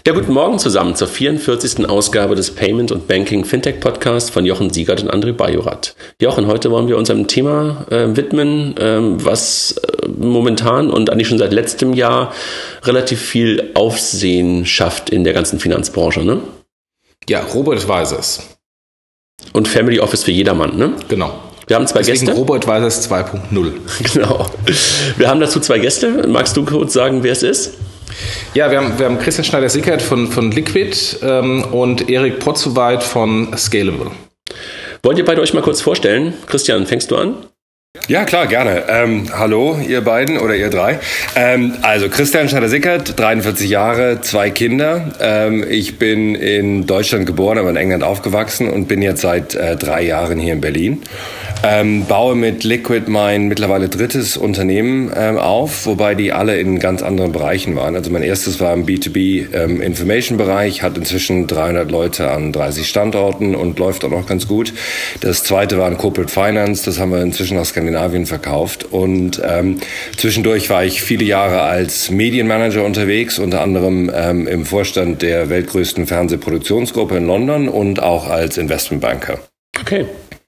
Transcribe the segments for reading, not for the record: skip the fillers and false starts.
Ja, guten Morgen zusammen zur 44. Ausgabe des Payment und Banking Fintech Podcast von Jochen Siegert und André Bajorat. Jochen, heute wollen wir uns einem Thema widmen, was momentan und eigentlich schon seit letztem Jahr relativ viel Aufsehen schafft in der ganzen Finanzbranche, ne? Ja, Robo-Advisors. Und Family Office für jedermann, ne? Genau. Wir haben zwei Gäste. Robo-Advisors 2.0. Genau. Wir haben dazu zwei Gäste. Magst du kurz sagen, wer es ist? Ja, wir haben Christian Schneider-Sickert von Liquid und Erik Potzuweit von Scalable. Wollt ihr beide euch mal kurz vorstellen? Christian, fängst du an? Ja, klar, gerne. Hallo, ihr beiden oder ihr drei. Also Christian Schneider-Sickert, 43 Jahre, 2 Kinder. Ich bin in Deutschland geboren, aber in England aufgewachsen und bin jetzt seit 3 Jahren hier in Berlin. Baue mit Liquid mein mittlerweile 3. Unternehmen auf, wobei die alle in ganz anderen Bereichen waren. Also mein erstes war im B2B Information-Bereich, hat inzwischen 300 Leute an 30 Standorten und läuft auch noch ganz gut. Das zweite war in Corporate Finance, das haben wir inzwischen nach Skandinavien verkauft. Und zwischendurch war ich viele Jahre als Medienmanager unterwegs, unter anderem im Vorstand der weltgrößten Fernsehproduktionsgruppe in London und auch als Investmentbanker. Okay.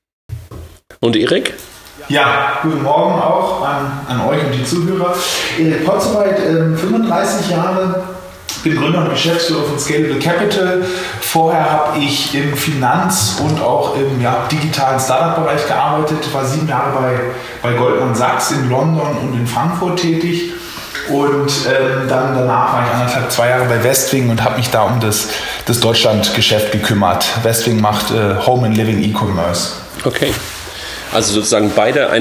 Und Erik? Ja, guten Morgen auch an euch und die Zuhörer. Erik Potzuweit, 35 Jahre, bin Gründer und Geschäftsführer von Scalable Capital. Vorher habe ich im Finanz- und auch im digitalen Startup-Bereich gearbeitet, war 7 Jahre bei Goldman Sachs in London und in Frankfurt tätig. Und dann danach war ich 2 Jahre bei Westwing und habe mich da um das Deutschland-Geschäft gekümmert. Westwing macht Home and Living E-Commerce. Okay. Also sozusagen beide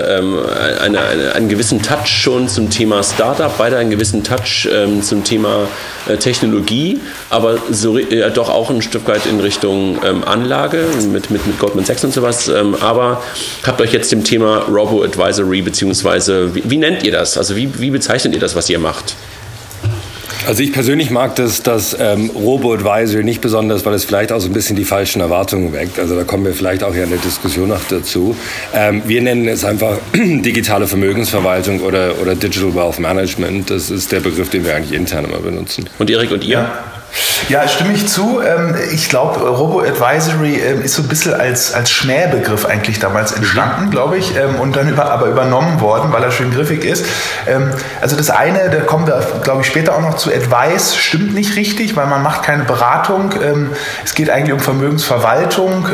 einen gewissen Touch schon zum Thema Startup, beide einen gewissen Touch zum Thema Technologie, aber so doch auch ein Stück weit in Richtung Anlage mit Goldman Sachs und sowas. Aber habt euch jetzt dem Thema Robo-Advisory beziehungsweise wie nennt ihr das? Also wie bezeichnet ihr das, was ihr macht? Also ich persönlich mag das Robo-Advisory nicht besonders, weil es vielleicht auch so ein bisschen die falschen Erwartungen weckt. Also da kommen wir vielleicht auch ja in der Diskussion noch dazu. Wir nennen es einfach digitale Vermögensverwaltung oder Digital Wealth Management. Das ist der Begriff, den wir eigentlich intern immer benutzen. Und Erik und ihr? Ja, stimme ich zu. Ich glaube, Robo-Advisory ist so ein bisschen als Schmähbegriff eigentlich damals entstanden, glaube ich, und dann aber übernommen worden, weil er schön griffig ist. Also das eine, da kommen wir, glaube ich, später auch noch zu, Advice stimmt nicht richtig, weil man macht keine Beratung. Es geht eigentlich um Vermögensverwaltung.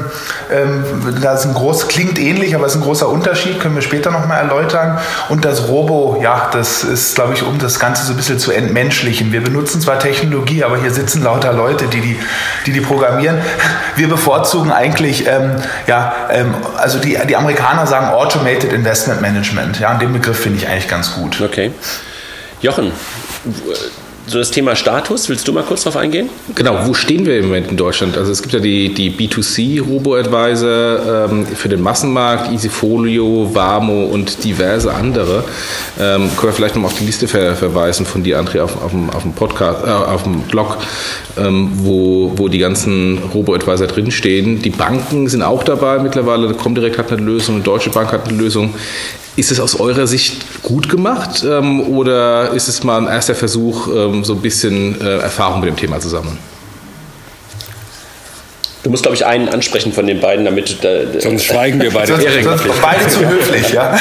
Das ist klingt ähnlich, aber es ist ein großer Unterschied, können wir später noch mal erläutern. Und das Robo, ja, das ist, glaube ich, um das Ganze so ein bisschen zu entmenschlichen. Wir benutzen zwar Technologie, aber hier sitzen lauter Leute, die programmieren. Wir bevorzugen eigentlich, also die Amerikaner sagen Automated Investment Management. Ja, und den Begriff finde ich eigentlich ganz gut. Okay. Jochen, so das Thema Status, willst du mal kurz drauf eingehen? Genau, wo stehen wir im Moment in Deutschland? Also es gibt ja die B2C Robo-Advisor für den Massenmarkt, Easyfolio, Vamo und diverse andere. Können wir vielleicht noch mal auf die Liste verweisen von dir, André, auf dem Podcast, auf dem Blog, wo die ganzen Robo-Advisor drinstehen. Die Banken sind auch dabei mittlerweile, die Comdirect hat eine Lösung, die Deutsche Bank hat eine Lösung. Ist es aus eurer Sicht gut gemacht oder ist es mal ein erster Versuch, so ein bisschen Erfahrung mit dem Thema zu sammeln? Du musst, glaube ich, einen ansprechen von den beiden, damit... Sonst schweigen wir beide. Sonst beide zu höflich, ja.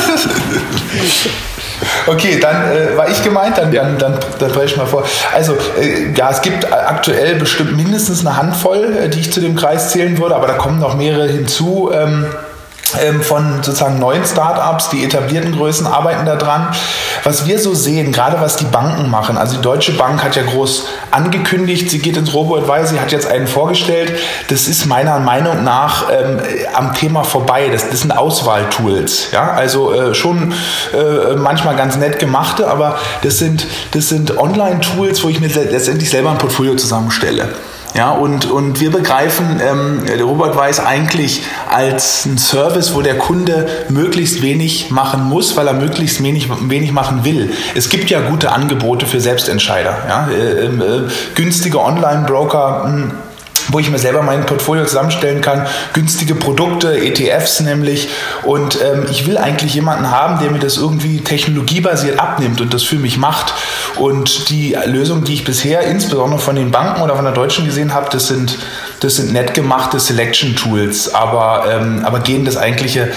Okay, dann war ich gemeint, dann breche ich mal vor. Also, es gibt aktuell bestimmt mindestens eine Handvoll, die ich zu dem Kreis zählen würde, aber da kommen noch mehrere hinzu. Von sozusagen neuen Startups, die etablierten Größen arbeiten da dran. Was wir so sehen, gerade was die Banken machen, also die Deutsche Bank hat ja groß angekündigt, sie geht ins Robo-Advisor, hat jetzt einen vorgestellt, das ist meiner Meinung nach am Thema vorbei, das sind Auswahltools, ja, also schon manchmal ganz nett gemachte, aber das sind Online-Tools, wo ich mir letztendlich selber ein Portfolio zusammenstelle. Ja, und wir begreifen Robo-Advisor eigentlich als einen Service, wo der Kunde möglichst wenig machen muss, weil er möglichst wenig machen will. Es gibt ja gute Angebote für Selbstentscheider. Ja? Günstige Online-Broker wo ich mir selber mein Portfolio zusammenstellen kann, günstige Produkte, ETFs nämlich, und ich will eigentlich jemanden haben, der mir das irgendwie technologiebasiert abnimmt und das für mich macht. Und die Lösungen, die ich bisher insbesondere von den Banken oder von der Deutschen gesehen habe, das sind nett gemachte Selection-Tools, aber gehen das eigentliche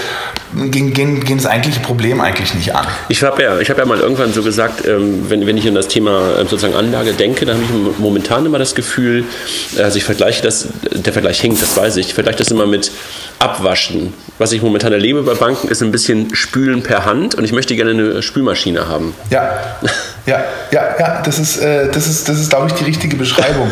Problem eigentlich nicht an. Ich habe ja mal irgendwann so gesagt, wenn ich an das Thema sozusagen Anlage denke, dann habe ich momentan immer das Gefühl, also ich vergleiche das, der Vergleich hinkt, das weiß ich vergleiche das immer mit Abwaschen. Was ich momentan erlebe bei Banken, ist ein bisschen Spülen per Hand, und ich möchte gerne eine Spülmaschine haben. Ja, das ist glaube ich, die richtige Beschreibung.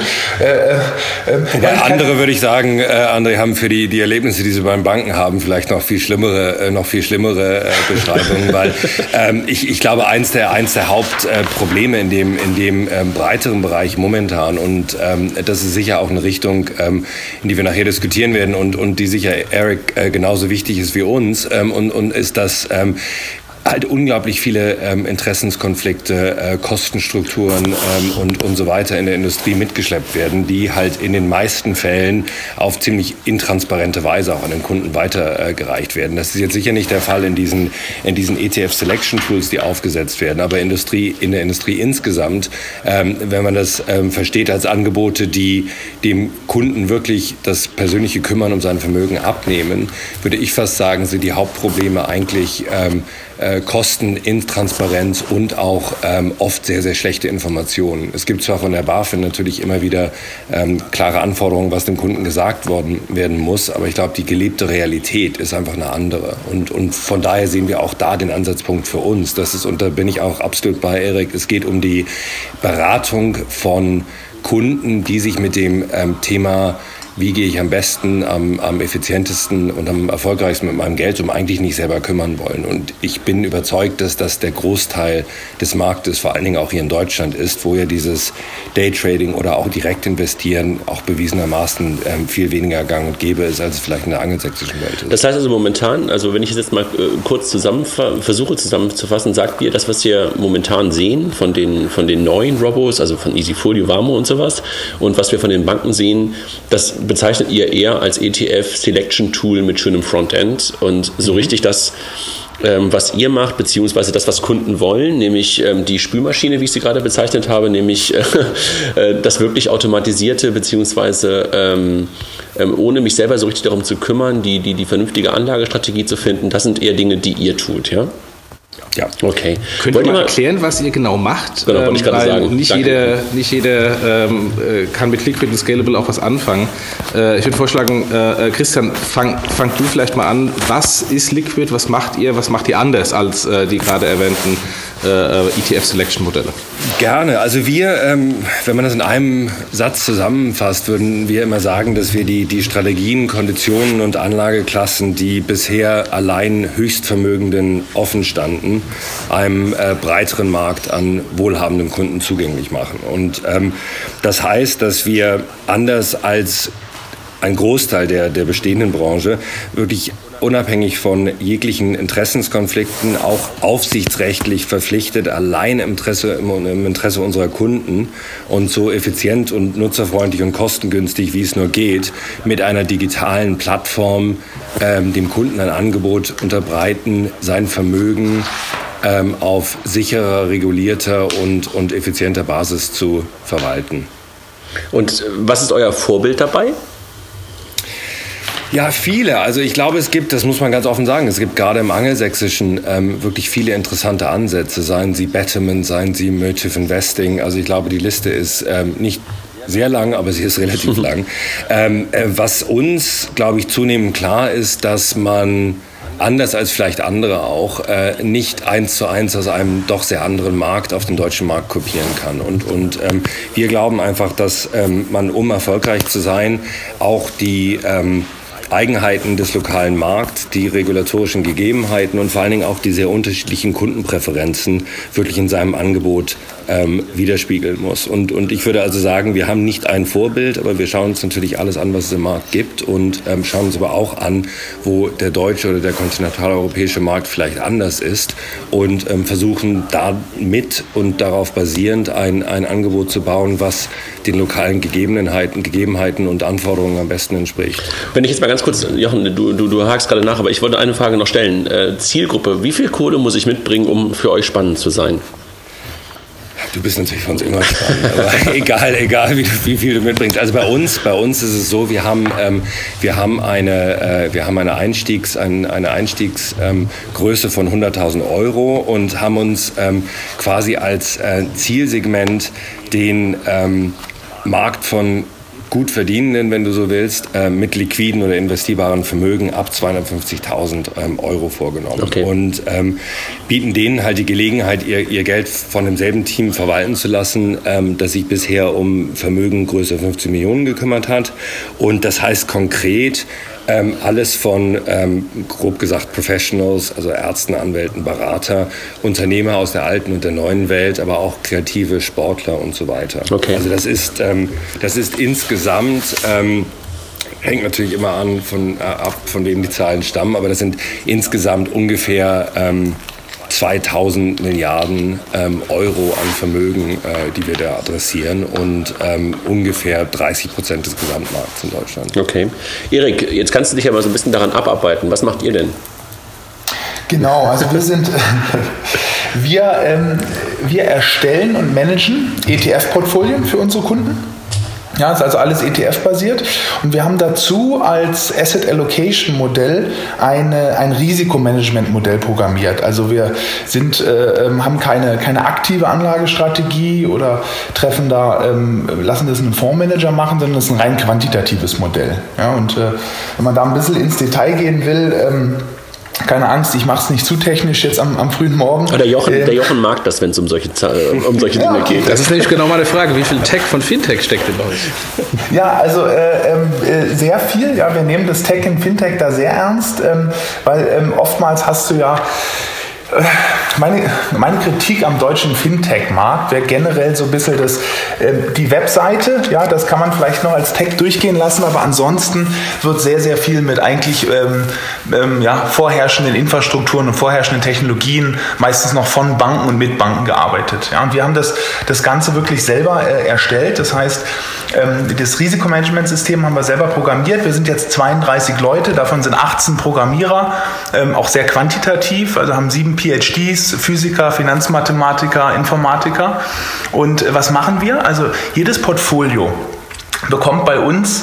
Andere würde ich sagen, André, haben für die Erlebnisse, die sie beim Banken haben, vielleicht noch viel schlimmere Beschreibungen, weil ich glaube, eins der Hauptprobleme in dem breiteren Bereich momentan, und das ist sicher auch eine Richtung, in die wir nachher diskutieren werden und die sicher Eric genauso wichtig ist wie uns, und ist, dass halt unglaublich viele Interessenskonflikte, Kostenstrukturen und so weiter in der Industrie mitgeschleppt werden, die halt in den meisten Fällen auf ziemlich intransparente Weise auch an den Kunden weitergereicht werden. Das ist jetzt sicher nicht der Fall in diesen ETF-Selection-Tools, die aufgesetzt werden, aber in der Industrie insgesamt, wenn man das versteht als Angebote, die dem Kunden wirklich das persönliche Kümmern um sein Vermögen abnehmen, würde ich fast sagen, sind die Hauptprobleme eigentlich Kosten, Intransparenz und auch oft sehr, sehr schlechte Informationen. Es gibt zwar von der BaFin natürlich immer wieder klare Anforderungen, was dem Kunden gesagt werden muss, aber ich glaube, die gelebte Realität ist einfach eine andere. Und von daher sehen wir auch da den Ansatzpunkt für uns. Das ist, und da bin ich auch absolut bei Erik, es geht um die Beratung von Kunden, die sich mit dem Thema, wie gehe ich am besten, am effizientesten und am erfolgreichsten mit meinem Geld eigentlich nicht selber kümmern wollen. Und ich bin überzeugt, dass das der Großteil des Marktes, vor allen Dingen auch hier in Deutschland ist, wo ja dieses Daytrading oder auch direkt investieren auch bewiesenermaßen viel weniger gang und gäbe ist, als es vielleicht in der angelsächsischen Welt ist. Das heißt also momentan, also wenn ich es jetzt mal kurz versuche zusammenzufassen, sagt ihr, das, was wir momentan sehen von den neuen Robos, also von Easyfolio, Vamo und sowas, und was wir von den Banken sehen, das bezeichnet ihr eher als ETF-Selection-Tool mit schönem Frontend, und so richtig das, was ihr macht, beziehungsweise das, was Kunden wollen, nämlich die Spülmaschine, wie ich sie gerade bezeichnet habe, nämlich das wirklich automatisierte, beziehungsweise ohne mich selber so richtig darum zu kümmern, die vernünftige Anlagestrategie zu finden, das sind eher Dinge, die ihr tut, ja? Ja. Okay. Könnt ihr mal erklären, was ihr genau macht? Genau, wollte ich gerade sagen. Nicht jeder kann mit Liquid und Scalable auch was anfangen. Ich würde vorschlagen, Christian, fang du vielleicht mal an. Was ist Liquid? Was macht ihr anders als die gerade erwähnten ETF-Selection-Modelle? Gerne. Also wir, wenn man das in einem Satz zusammenfasst, würden wir immer sagen, dass wir die Strategien, Konditionen und Anlageklassen, die bisher allein Höchstvermögenden offen standen, einem breiteren Markt an wohlhabenden Kunden zugänglich machen. Und das heißt, dass wir anders als ein Großteil der bestehenden Branche wirklich unabhängig von jeglichen Interessenskonflikten, auch aufsichtsrechtlich verpflichtet, allein im Interesse unserer Kunden und so effizient und nutzerfreundlich und kostengünstig, wie es nur geht, mit einer digitalen Plattform dem Kunden ein Angebot unterbreiten, sein Vermögen auf sicherer, regulierter und effizienter Basis zu verwalten. Und was ist euer Vorbild dabei? Ja, viele. Also ich glaube, es gibt, das muss man ganz offen sagen, es gibt gerade im Angelsächsischen wirklich viele interessante Ansätze, seien sie Betterment, seien sie Motive Investing. Also ich glaube, die Liste ist nicht sehr lang, aber sie ist relativ lang. Was uns, glaube ich, zunehmend klar ist, dass man anders als vielleicht andere auch, nicht 1:1 aus einem doch sehr anderen Markt auf den deutschen Markt kopieren kann. Und wir glauben einfach, dass man, um erfolgreich zu sein, auch die Eigenheiten des lokalen Markts, die regulatorischen Gegebenheiten und vor allen Dingen auch die sehr unterschiedlichen Kundenpräferenzen wirklich in seinem Angebot widerspiegeln muss. Und ich würde also sagen, wir haben nicht ein Vorbild, aber wir schauen uns natürlich alles an, was es im Markt gibt und schauen uns aber auch an, wo der deutsche oder der kontinentaleuropäische Markt vielleicht anders ist und versuchen damit und darauf basierend ein Angebot zu bauen, was den lokalen Gegebenheiten und Anforderungen am besten entspricht. Wenn ich jetzt mal ganz kurz, Jochen, du hakst gerade nach, aber ich wollte eine Frage noch stellen. Zielgruppe, wie viel Kohle muss ich mitbringen, um für euch spannend zu sein? Du bist natürlich für uns immer spannend, aber egal wie viel du mitbringst. Also bei uns ist es so, wir haben eine Einstiegsgröße von 100.000 Euro und haben uns quasi als Zielsegment den Markt von gut verdienenden, wenn du so willst, mit liquiden oder investierbaren Vermögen ab 250.000 Euro vorgenommen. Okay. Und bieten denen halt die Gelegenheit, ihr Geld von demselben Team verwalten zu lassen, das sich bisher um Vermögen größer 15 Millionen gekümmert hat. Und das heißt konkret, alles von, grob gesagt, Professionals, also Ärzten, Anwälten, Berater, Unternehmer aus der alten und der neuen Welt, aber auch kreative Sportler und so weiter. Okay. Also das ist insgesamt, hängt natürlich immer ab, von wem die Zahlen stammen, aber das sind insgesamt ungefähr 2000 Milliarden Euro an Vermögen, die wir da adressieren und ungefähr 30% des Gesamtmarkts in Deutschland. Okay. Erik, jetzt kannst du dich aber so ein bisschen daran abarbeiten. Was macht ihr denn? Genau, also wir erstellen und managen ETF-Portfolien für unsere Kunden. Ja, ist also alles ETF-basiert und wir haben dazu als Asset Allocation Modell ein Risikomanagement-Modell programmiert. Also wir haben keine aktive Anlagestrategie oder lassen das einen Fondsmanager machen, sondern das ist ein rein quantitatives Modell. Ja, und wenn man da ein bisschen ins Detail gehen will, keine Angst, ich mache es nicht zu technisch jetzt am frühen Morgen. Der Jochen mag das, wenn es um solche Dinge geht. Das ist nämlich genau meine Frage. Wie viel Tech von Fintech steckt in euch? Ja, also sehr viel. Ja, wir nehmen das Tech in Fintech da sehr ernst, weil oftmals hast du ja meine Kritik am deutschen Fintech-Markt wäre generell so ein bisschen die Webseite, ja, das kann man vielleicht noch als Tech durchgehen lassen, aber ansonsten wird sehr, sehr viel mit eigentlich vorherrschenden Infrastrukturen und vorherrschenden Technologien, meistens noch von Banken und mit Banken gearbeitet. Ja, und wir haben das Ganze wirklich selber erstellt, das heißt, das Risikomanagementsystem haben wir selber programmiert. Wir sind jetzt 32 Leute, davon sind 18 Programmierer, auch sehr quantitativ, also haben 7 PhDs, Physiker, Finanzmathematiker, Informatiker. Und was machen wir? Also jedes Portfolio bekommt bei uns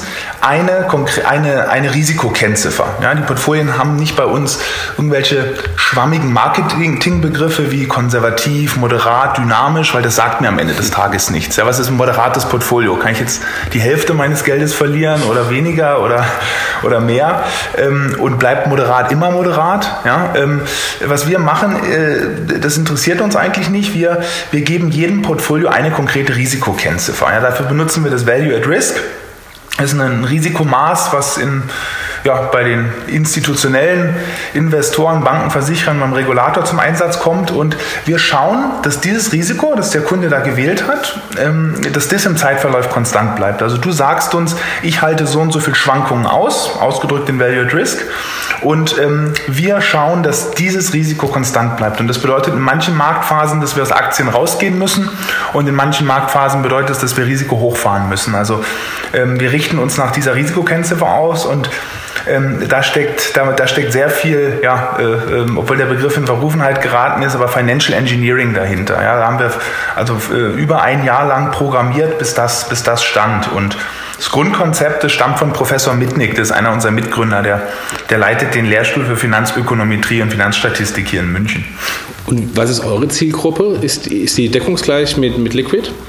eine Risikokennziffer. Ja, die Portfolien haben nicht bei uns irgendwelche schwammigen Marketingbegriffe wie konservativ, moderat, dynamisch, weil das sagt mir am Ende des Tages nichts. Ja, was ist ein moderates Portfolio? Kann ich jetzt die Hälfte meines Geldes verlieren oder weniger oder mehr? Und bleibt moderat immer moderat? Ja, was wir machen, das interessiert uns eigentlich nicht. Wir geben jedem Portfolio eine konkrete Risikokennziffer. Ja, dafür benutzen wir das Value at Risk. Das ist ein Risikomaß, was bei den institutionellen Investoren, Banken, Versicherern beim Regulator zum Einsatz kommt. Und wir schauen, dass dieses Risiko, das der Kunde da gewählt hat, dass das im Zeitverlauf konstant bleibt. Also du sagst uns, ich halte so und so viel Schwankungen ausgedrückt in Value at Risk. Und wir schauen, dass dieses Risiko konstant bleibt. Und das bedeutet in manchen Marktphasen, dass wir aus Aktien rausgehen müssen. Und in manchen Marktphasen bedeutet es, dass wir Risiko hochfahren müssen. Also wir richten uns nach dieser Risikokennziffer aus und da steckt sehr viel, obwohl der Begriff in Verrufenheit geraten ist, aber Financial Engineering dahinter. Ja, da haben wir über ein Jahr lang programmiert, bis das stand. Und das Grundkonzept, das stammt von Professor Mitnick, das ist einer unserer Mitgründer, der leitet den Lehrstuhl für Finanzökonometrie und Finanzstatistik hier in München. Und was ist eure Zielgruppe? Ist die deckungsgleich mit Liquid?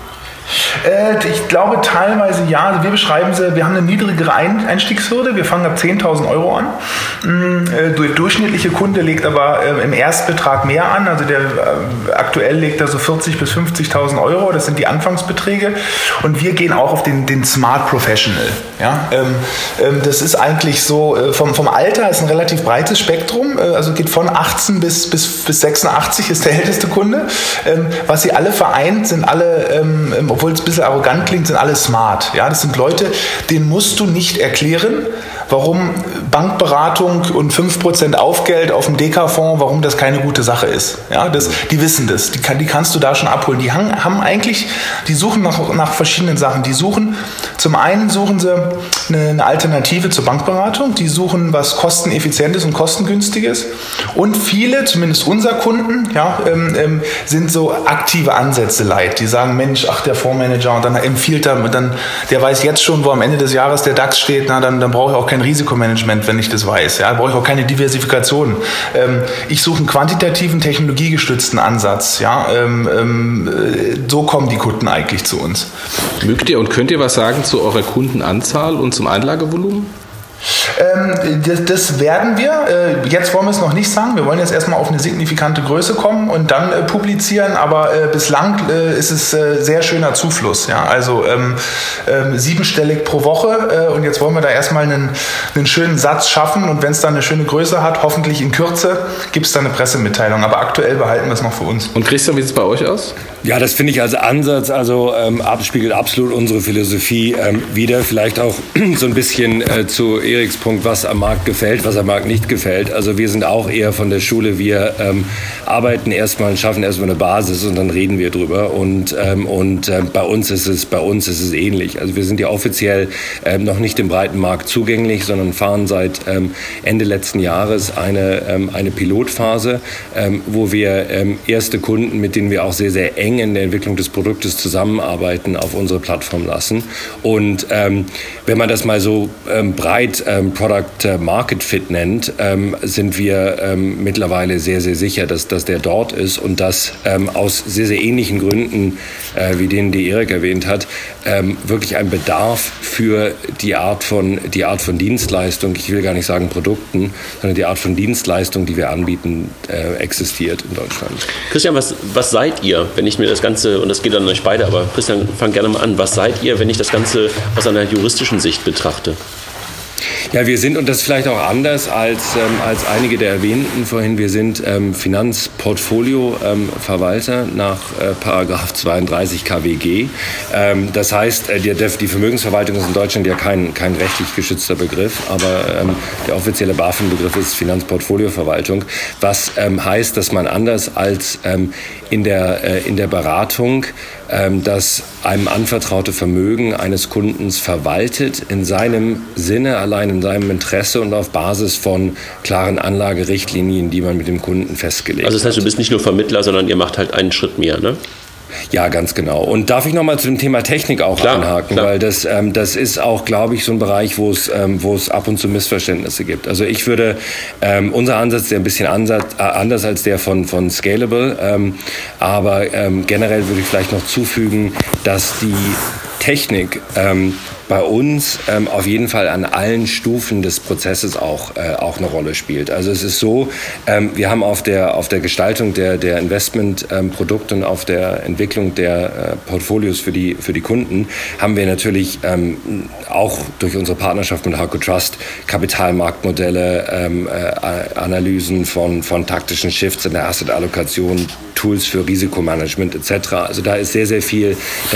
Ich glaube teilweise ja. Also wir beschreiben sie, wir haben eine niedrigere Einstiegshürde. Wir fangen ab 10.000 Euro an. Der durchschnittliche Kunde legt aber im Erstbetrag mehr an. Also der aktuell legt er so 40.000 bis 50.000 Euro. Das sind die Anfangsbeträge. Und wir gehen auch auf den Smart Professional. Ja? Das ist eigentlich so, vom Alter ist ein relativ breites Spektrum. Also geht von 18 bis 86 ist der älteste Kunde. Was sie alle vereint, sind alle, obwohl es ein bisschen arrogant klingt, sind alle smart. Ja, das sind Leute, denen musst du nicht erklären, warum Bankberatung und 5% Aufgeld auf dem DK-Fonds, warum das keine gute Sache ist. Ja, die wissen das, die kannst du da schon abholen. Die suchen nach verschiedenen Sachen. Zum einen suchen sie eine Alternative zur Bankberatung, die suchen was kosteneffizientes und kostengünstiges und viele, zumindest unser Kunden, ja, sind so aktive Ansätze leid. Die sagen, Mensch, der Fondsmanager, und dann empfiehlt er, der weiß jetzt schon, wo am Ende des Jahres der DAX steht, dann brauche ich auch kein Risikomanagement, wenn ich das weiß. Ja, brauche ich auch keine Diversifikation. Ich suche einen quantitativen, technologiegestützten Ansatz. Ja, so kommen die Kunden eigentlich zu uns. Mögt ihr und könnt ihr was sagen zu eurer Kundenanzahl und zum Einlagevolumen? Das werden wir. Jetzt wollen wir es noch nicht sagen. Wir wollen jetzt erstmal auf eine signifikante Größe kommen und dann publizieren. Aber bislang ist es sehr schöner Zufluss. Ja? Also 7-stellig pro Woche. Und jetzt wollen wir da erstmal einen schönen Satz schaffen. Und wenn es dann eine schöne Größe hat, hoffentlich in Kürze, gibt es dann eine Pressemitteilung. Aber aktuell behalten wir es noch für uns. Und Christian, wie sieht es bei euch aus? Ja, das finde ich als Ansatz, spiegelt absolut unsere Philosophie wider. Vielleicht auch so ein bisschen zu Eriks Punkt, was am Markt gefällt, was am Markt nicht gefällt. Also wir sind auch eher von der Schule, wir arbeiten erstmal und schaffen erstmal eine Basis und dann reden wir drüber. Und bei uns ist es ähnlich. Also wir sind ja offiziell noch nicht dem breiten Markt zugänglich, sondern fahren seit Ende letzten Jahres eine Pilotphase, wo wir erste Kunden, mit denen wir auch sehr, sehr eng in der Entwicklung des Produktes zusammenarbeiten, auf unsere Plattform lassen. Und wenn man das mal so breit Product Market Fit nennt, sind wir mittlerweile sehr, sehr sicher, dass der dort ist und dass aus sehr, sehr ähnlichen Gründen, wie denen die Erik erwähnt hat, wirklich ein Bedarf für die Art von Dienstleistung, ich will gar nicht sagen Produkten, sondern die Art von Dienstleistung, die wir anbieten, existiert in Deutschland. Christian, was seid ihr, wenn ich mir das Ganze, und das geht an euch beide, aber Christian, fang gerne mal an, was seid ihr, wenn ich das Ganze aus einer juristischen Sicht betrachte? Ja, wir sind, und das ist vielleicht auch anders als einige der Erwähnten vorhin, wir sind Finanzportfolio-Verwalter nach Paragraph 32 KWG. Das heißt, die Vermögensverwaltung ist in Deutschland ja kein rechtlich geschützter Begriff, aber der offizielle BaFin-Begriff ist Finanzportfolio-Verwaltung, was heißt, dass man anders als in der Beratung das einem anvertraute Vermögen eines Kundens verwaltet, in seinem Sinne, allein in seinem Interesse und auf Basis von klaren Anlagerichtlinien, die man mit dem Kunden festgelegt hat. Also das heißt, du bist nicht nur Vermittler, sondern ihr macht halt einen Schritt mehr, ne? Ja, ganz genau. Und darf ich nochmal zu dem Thema Technik auch einhaken, weil das ist auch, glaube ich, so ein Bereich, wo es ab und zu Missverständnisse gibt. Also ich würde, unser Ansatz ist ja ein bisschen anders als der von Scalable, aber generell würde ich vielleicht noch zufügen, dass die Technik bei uns auf jeden Fall an allen Stufen des Prozesses auch eine Rolle spielt. Also es ist so, wir haben auf der Gestaltung der Investmentprodukte und auf der Entwicklung der Portfolios für die Kunden haben wir natürlich auch durch unsere Partnerschaft mit Harco Trust Kapitalmarktmodelle, Analysen von taktischen Shifts in der Assetallokation, Tools für Risikomanagement etc. Also da ist sehr, sehr viel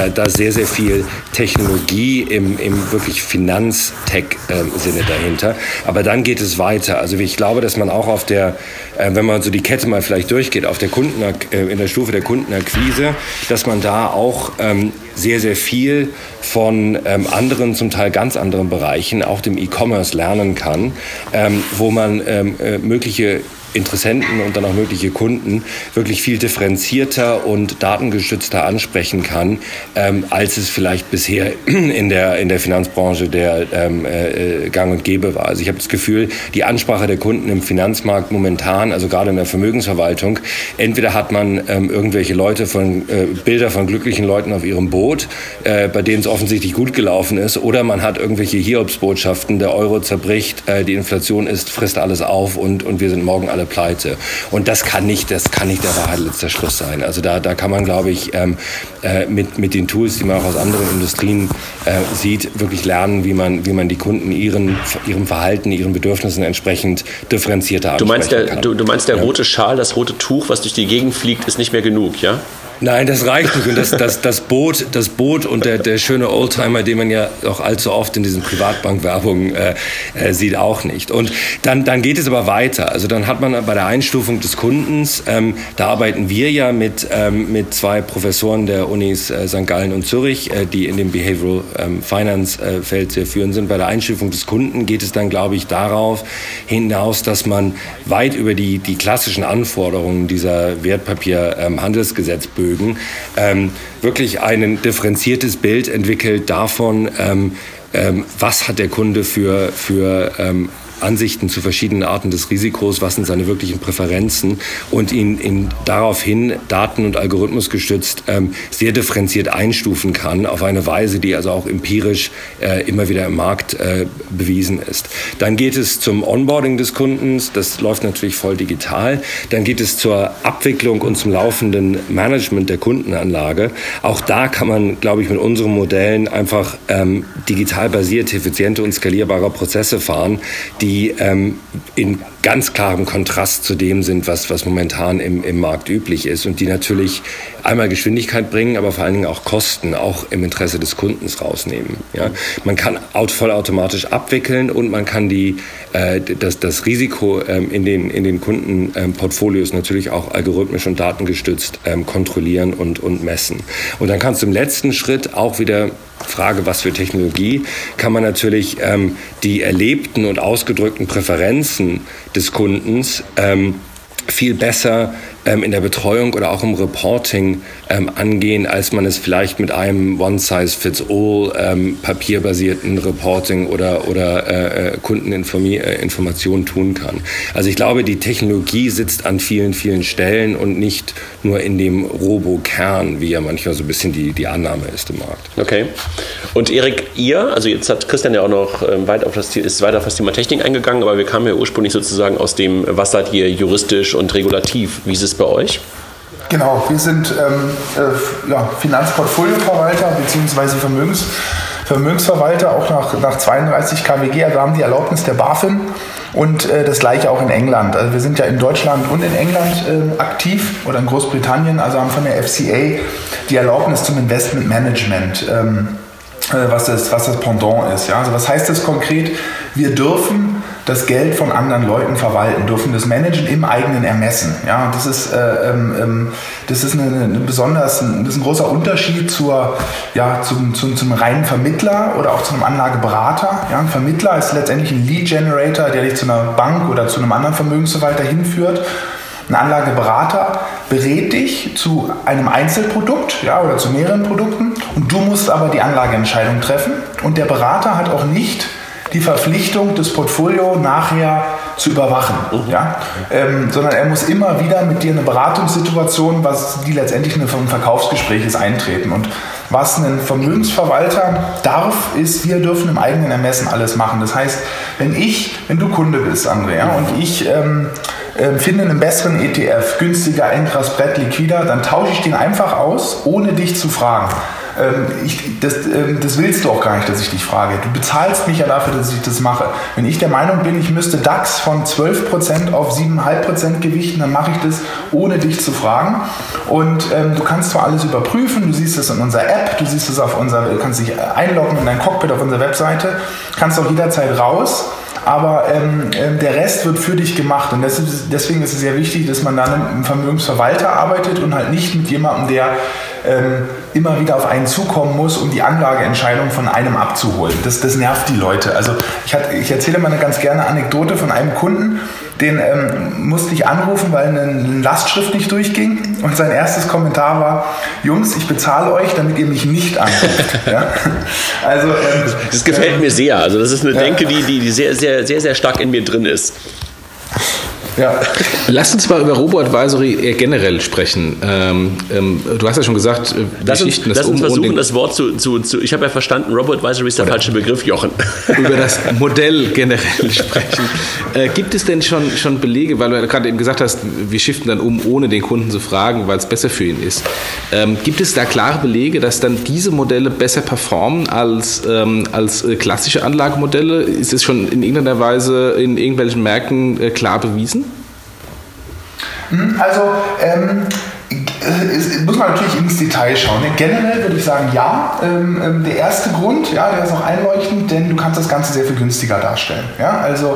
Technologie im wirklich Finanztech-Sinne dahinter. Aber dann geht es weiter. Also ich glaube, dass man auch wenn man so die Kette mal vielleicht durchgeht, in der Stufe der Kundenakquise, dass man da auch sehr, sehr viel von anderen, zum Teil ganz anderen Bereichen, auch dem E-Commerce lernen kann, wo man mögliche Interessenten und dann auch mögliche Kunden wirklich viel differenzierter und datengestützter ansprechen kann, als es vielleicht bisher in der Finanzbranche der Gang und Gäbe war. Also ich habe das Gefühl, die Ansprache der Kunden im Finanzmarkt momentan, also gerade in der Vermögensverwaltung, entweder hat man irgendwelche Leute Bilder von glücklichen Leuten auf ihrem Boot, bei denen es offensichtlich gut gelaufen ist, oder man hat irgendwelche Hiobsbotschaften, der Euro zerbricht, die Inflation frisst alles auf und wir sind morgen alle pleite. Und das kann nicht der Wahrheit letzter Schluss sein. Also da kann man, glaube ich, mit den Tools, die man auch aus anderen Industrien sieht, wirklich lernen, wie man die Kunden ihrem Verhalten, ihren Bedürfnissen entsprechend differenzierter ansprechen kann. Du meinst, der rote Schal, das rote Tuch, was durch die Gegend fliegt, ist nicht mehr genug, ja? Nein, das reicht nicht. Und das Boot und der schöne Oldtimer, den man ja auch allzu oft in diesen Privatbankwerbungen sieht, auch nicht. Und dann geht es aber weiter. Also dann hat man bei der Einstufung des Kundens, da arbeiten wir ja mit 2 Professoren der Unis St. Gallen und Zürich, die in dem Behavioral Finance Feld sehr führend sind. Bei der Einstufung des Kunden geht es dann, glaube ich, darauf hinaus, dass man weit über die klassischen Anforderungen dieser Wertpapierhandelsgesetzbögen wirklich ein differenziertes Bild entwickelt davon, was hat der Kunde für Ansichten zu verschiedenen Arten des Risikos, was sind seine wirklichen Präferenzen und ihn daraufhin daten- und algorithmusgestützt sehr differenziert einstufen kann auf eine Weise, die also auch empirisch immer wieder im Markt bewiesen ist. Dann geht es zum Onboarding des Kundens, das läuft natürlich voll digital. Dann geht es zur Abwicklung und zum laufenden Management der Kundenanlage. Auch da kann man, glaube ich, mit unseren Modellen einfach digital basierte, effiziente und skalierbare Prozesse fahren, die in ganz klarem Kontrast zu dem sind, was momentan im Markt üblich ist und die natürlich einmal Geschwindigkeit bringen, aber vor allen Dingen auch Kosten, auch im Interesse des Kundens rausnehmen. Ja? Man kann vollautomatisch abwickeln und man kann das Risiko in den Kundenportfolios natürlich auch algorithmisch und datengestützt kontrollieren und messen. Und dann kannst du im letzten Schritt auch wieder Frage, was für Technologie, kann man natürlich die erlebten und ausgedrückten Präferenzen des Kundens viel besser in der Betreuung oder auch im Reporting angehen, als man es vielleicht mit einem One-Size-Fits-All papierbasierten Reporting oder Kundeninformation tun kann. Also ich glaube, die Technologie sitzt an vielen, vielen Stellen und nicht nur in dem Robo-Kern, wie ja manchmal so ein bisschen die Annahme ist im Markt. Okay. Und Erik, also jetzt hat Christian ja auch noch weiter auf das Thema Technik eingegangen, aber wir kamen ja ursprünglich sozusagen aus dem, was seid ihr juristisch und regulativ? Wie ist es bei euch? Genau, wir sind Finanzportfolioverwalter bzw. Vermögensverwalter, auch nach 32 KWG, also haben die Erlaubnis der BaFin und das gleiche auch in England. Also wir sind ja in Deutschland und in England aktiv oder in Großbritannien, also haben von der FCA die Erlaubnis zum Investmentmanagement, was das Pendant ist. Ja? Also was heißt das konkret? Wir dürfen das Geld von anderen Leuten verwalten, dürfen das managen im eigenen Ermessen. Ja, das ist ein großer Unterschied zum reinen Vermittler oder auch zu einem Anlageberater. Ja, ein Vermittler ist letztendlich ein Lead-Generator, der dich zu einer Bank oder zu einem anderen Vermögensverwalter hinführt. Ein Anlageberater berät dich zu einem Einzelprodukt, ja, oder zu mehreren Produkten, und du musst aber die Anlageentscheidung treffen, und der Berater hat auch nicht die Verpflichtung, das Portfolio nachher zu überwachen, ja? Sondern er muss immer wieder mit dir eine Beratungssituation, die letztendlich ein Verkaufsgespräch ist, eintreten. Und was ein Vermögensverwalter darf, ist, wir dürfen im eigenen Ermessen alles machen. Das heißt, wenn du Kunde bist, André, ja, und ich finde einen besseren ETF, günstiger, Encras, Brett, liquider, dann tausche ich den einfach aus, ohne dich zu fragen. Das willst du auch gar nicht, dass ich dich frage. Du bezahlst mich ja dafür, dass ich das mache. Wenn ich der Meinung bin, ich müsste DAX von 12% auf 7,5% gewichten, dann mache ich das, ohne dich zu fragen. Und du kannst zwar alles überprüfen, du siehst es in unserer App, du siehst es du kannst dich einloggen in dein Cockpit auf unserer Webseite, kannst auch jederzeit raus. Aber der Rest wird für dich gemacht, und deswegen ist es sehr wichtig, dass man dann mit einem Vermögensverwalter arbeitet und halt nicht mit jemandem, der immer wieder auf einen zukommen muss, um die Anlageentscheidung von einem abzuholen. Das nervt die Leute. Also ich erzähle mal eine ganz gerne Anekdote von einem Kunden, den musste ich anrufen, weil eine Lastschrift nicht durchging und sein erstes Kommentar war: Jungs, ich bezahle euch, damit ihr mich nicht anruft. Ja? Also, das gefällt mir sehr. Also das ist eine Denke, die sehr, sehr, sehr, sehr stark in mir drin ist. Ja. Lass uns mal über Robo-Advisory eher generell sprechen. Du hast ja schon gesagt, lass uns versuchen, das Wort zu ich habe ja verstanden, Robo-Advisory ist der falsche Begriff, Jochen. Über das Modell generell sprechen. Gibt es denn schon Belege, weil du gerade eben gesagt hast, wir shiften dann ohne den Kunden zu fragen, weil es besser für ihn ist. Gibt es da klare Belege, dass dann diese Modelle besser performen als klassische Anlagemodelle? Ist es schon in irgendeiner Weise in irgendwelchen Märkten klar bewiesen? Also, muss man natürlich ins Detail schauen. Generell würde ich sagen, ja. Der erste Grund, ja, der ist auch einleuchtend, denn du kannst das Ganze sehr viel günstiger darstellen. Ja? Also,